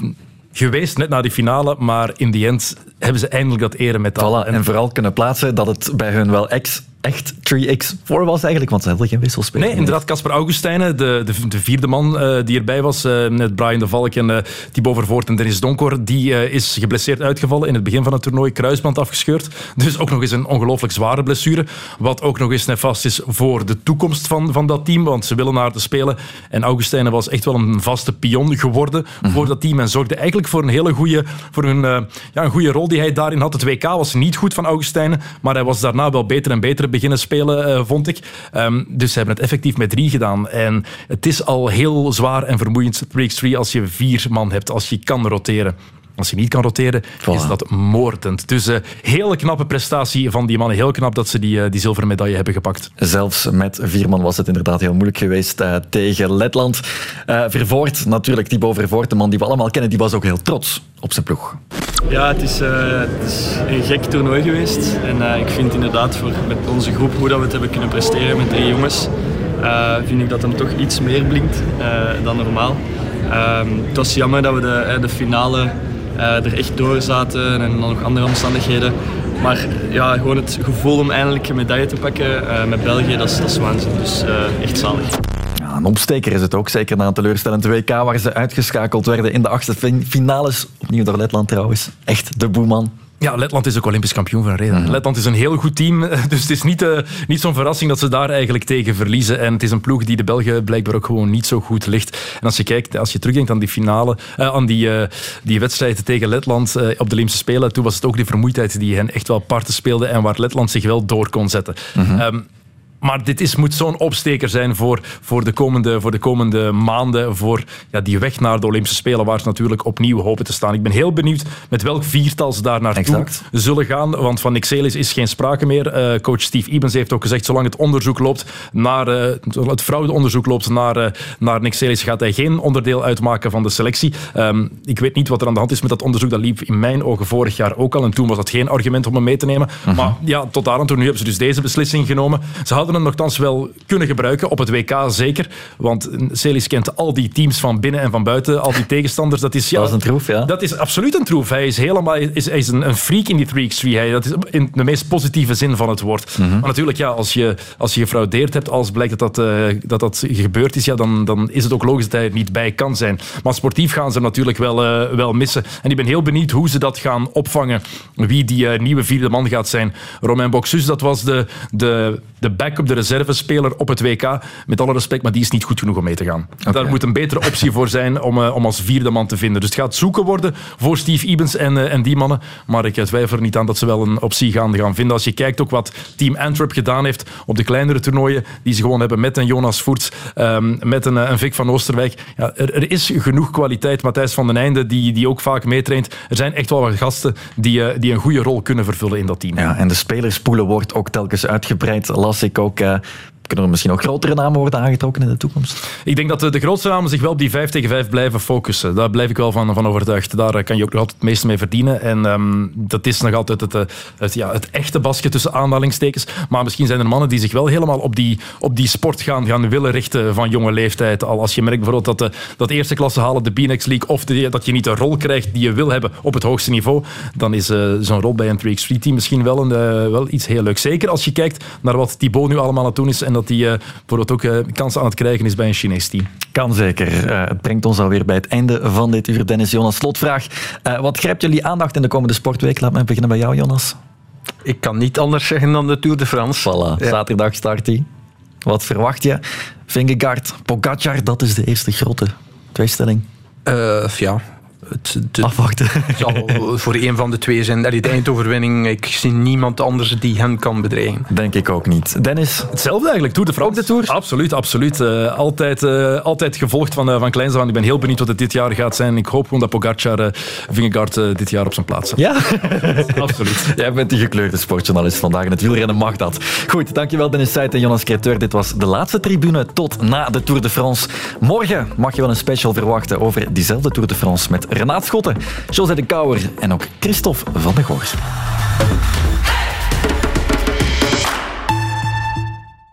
geweest net na die finale, maar in die end hebben ze eindelijk dat eremetaal. Voilà, en, en vooral kunnen plaatsen dat het bij hun wel ex, echt drie bij vier was eigenlijk, want ze hadden geen wisselspeler. Nee, inderdaad, Casper Augustijnen, de, de, de vierde man uh, die erbij was, uh, net Brian de Valk en uh, Thibaut Vervoort en Dennis Donkor, die uh, is geblesseerd uitgevallen in het begin van het toernooi, kruisband afgescheurd. Dus ook nog eens een ongelooflijk zware blessure, wat ook nog eens nefast is voor de toekomst van, van dat team, want ze willen naar te spelen. En Augustijnen was echt wel een vaste pion geworden mm-hmm. voor dat team en zorgde eigenlijk voor een hele goede, voor een, uh, ja, een goede rol die hij daarin had. Het W K was niet goed van Augustijnen, maar hij was daarna wel beter en beter beginnen spelen, uh, vond ik. Um, dus ze hebben het effectief met drie gedaan. En het is al heel zwaar en vermoeiend three by three als je vier man hebt, als je kan roteren. Als je niet kan roteren, voilà. is dat moordend. Dus uh, hele knappe prestatie van die mannen. Heel knap dat ze die, uh, die zilveren medaille hebben gepakt. Zelfs met vier man was het inderdaad heel moeilijk geweest uh, tegen Letland. Uh, Vervoort, natuurlijk Thibaut Vervoort, de man die we allemaal kennen, die was ook heel trots op zijn ploeg. Ja, het is, uh, het is een gek toernooi geweest. En uh, ik vind inderdaad voor met onze groep, hoe dat we het hebben kunnen presteren met drie jongens, uh, vind ik dat hem toch iets meer blinkt uh, dan normaal. Uh, het was jammer dat we de, de finale Uh, er echt door zaten en dan nog andere omstandigheden. Maar ja, gewoon het gevoel om eindelijk een medaille te pakken uh, met België, dat is, dat is waanzin. Dus uh, echt zalig. Ja, een opsteker is het ook, zeker na een teleurstellend W K waar ze uitgeschakeld werden in de achtste finales. Opnieuw door Letland trouwens. Echt de boeman. Ja, Letland is ook Olympisch kampioen voor een reden. Mm-hmm. Letland is een heel goed team, dus het is niet, uh, niet zo'n verrassing dat ze daar eigenlijk tegen verliezen. En het is een ploeg die de Belgen blijkbaar ook gewoon niet zo goed ligt. En als je kijkt, als je terugdenkt aan die finale, uh, aan die, uh, die wedstrijd tegen Letland uh, op de Olympische Spelen, toen was het ook die vermoeidheid die hen echt wel parten speelde en waar Letland zich wel door kon zetten. Mm-hmm. Um, Maar dit is, moet zo'n opsteker zijn voor, voor, de komende, voor de komende maanden, voor ja, die weg naar de Olympische Spelen, waar ze natuurlijk opnieuw hopen te staan. Ik ben heel benieuwd met welk viertal ze daar naartoe exact. zullen gaan, want van Nick Celis is geen sprake meer. Uh, coach Steve Ebens heeft ook gezegd, zolang het onderzoek loopt naar, uh, het fraudeonderzoek loopt naar, uh, naar Nick Celis, gaat hij geen onderdeel uitmaken van de selectie. Um, ik weet niet wat er aan de hand is met dat onderzoek, dat liep in mijn ogen vorig jaar ook al, en toen was dat geen argument om hem mee te nemen. Uh-huh. Maar ja, tot daar aan toe, nu hebben ze dus deze beslissing genomen. Ze hadden hem nogthans wel kunnen gebruiken, op het W K zeker. Want Celis kent al die teams van binnen en van buiten, al die tegenstanders. Dat is, ja, dat is een troef, ja. Dat is absoluut een troef. Hij is, helemaal, is, hij is een, een freak in die three by three. Hij, dat is in de meest positieve zin van het woord. Mm-hmm. Maar natuurlijk, ja, als je, als je gefraudeerd hebt, als blijkt dat dat, uh, dat, dat gebeurd is, ja, dan, dan is het ook logisch dat hij er niet bij kan zijn. Maar sportief gaan ze hem natuurlijk wel, uh, wel missen. En ik ben heel benieuwd hoe ze dat gaan opvangen. Wie die uh, nieuwe vierde man gaat zijn. Romain Boxus, dat was de, de, de backup, de reservespeler op het W K. Met alle respect, maar die is niet goed genoeg om mee te gaan. Okay. Daar moet een betere optie voor zijn om, uh, om als vierde man te vinden. Dus het gaat zoeken worden voor Steve Ebens en, uh, en die mannen. Maar ik twijfel er niet aan dat ze wel een optie gaan, gaan vinden. Als je kijkt ook wat Team Antwerp gedaan heeft op de kleinere toernooien die ze gewoon hebben met een Jonas Voerts, um, met een, een Vic van Oosterwijk. Ja, er, er is genoeg kwaliteit. Matthijs van den Einde, die, die ook vaak meetraint. Er zijn echt wel wat gasten die, uh, die een goede rol kunnen vervullen in dat team. Ja, en de spelerspoelen wordt ook telkens uitgebreid. Las ik ook... Uh, Kunnen er misschien ook grotere namen worden aangetrokken in de toekomst? Ik denk dat de, de grootste namen zich wel op die vijf tegen vijf blijven focussen. Daar blijf ik wel van, van overtuigd. Daar kan je ook nog altijd het meeste mee verdienen. En um, dat is nog altijd het, het, het, ja, het echte basket tussen aanhalingstekens. Maar misschien zijn er mannen die zich wel helemaal op die, op die sport gaan, gaan willen richten van jonge leeftijd. Al als je merkt bijvoorbeeld dat, de, dat eerste klasse halen, de B-Nex League, of de, dat je niet een rol krijgt die je wil hebben op het hoogste niveau, dan is uh, zo'n rol bij een three by three team misschien wel, een, uh, wel iets heel leuks. Zeker als je kijkt naar wat Thibaut nu allemaal aan het doen is en dat hij uh, bijvoorbeeld ook uh, kansen aan het krijgen is bij een Chinees team. Kan zeker. Uh, het brengt ons alweer bij het einde van dit uur. Dennis, Jonas, slotvraag. Uh, wat grijpt jullie aandacht in de komende sportweek? Laat me beginnen bij jou, Jonas. Ik kan niet anders zeggen dan de Tour de France. Voilà, ja. Zaterdag start hij. Wat verwacht je? Vingegaard, Pogacar, dat is de eerste grote tweestelling. Uh, ja... Het, de, Afwachten. Het zal voor een van de twee zijn. De eindoverwinning, ik zie niemand anders die hen kan bedreigen. Denk ik ook niet. Dennis? Hetzelfde eigenlijk. Tour de France. Ook de Tour? Absoluut, absoluut. Uh, altijd, uh, altijd gevolgd van, uh, van kleins af aan. Ik ben heel benieuwd wat het dit jaar gaat zijn. Ik hoop gewoon dat Pogacar uh, Vingegaard uh, dit jaar op zijn plaats zet. Ja? Absoluut. Jij bent die gekleurde sportjournalist vandaag. In het wielrennen mag dat. Goed, dankjewel Dennis Seijt en Jonas Creteur. Dit was de laatste tribune tot na de Tour de France. Morgen mag je wel een special verwachten over diezelfde Tour de France met Renaat Schotten, José de Kouwer en ook Christophe van de Goors.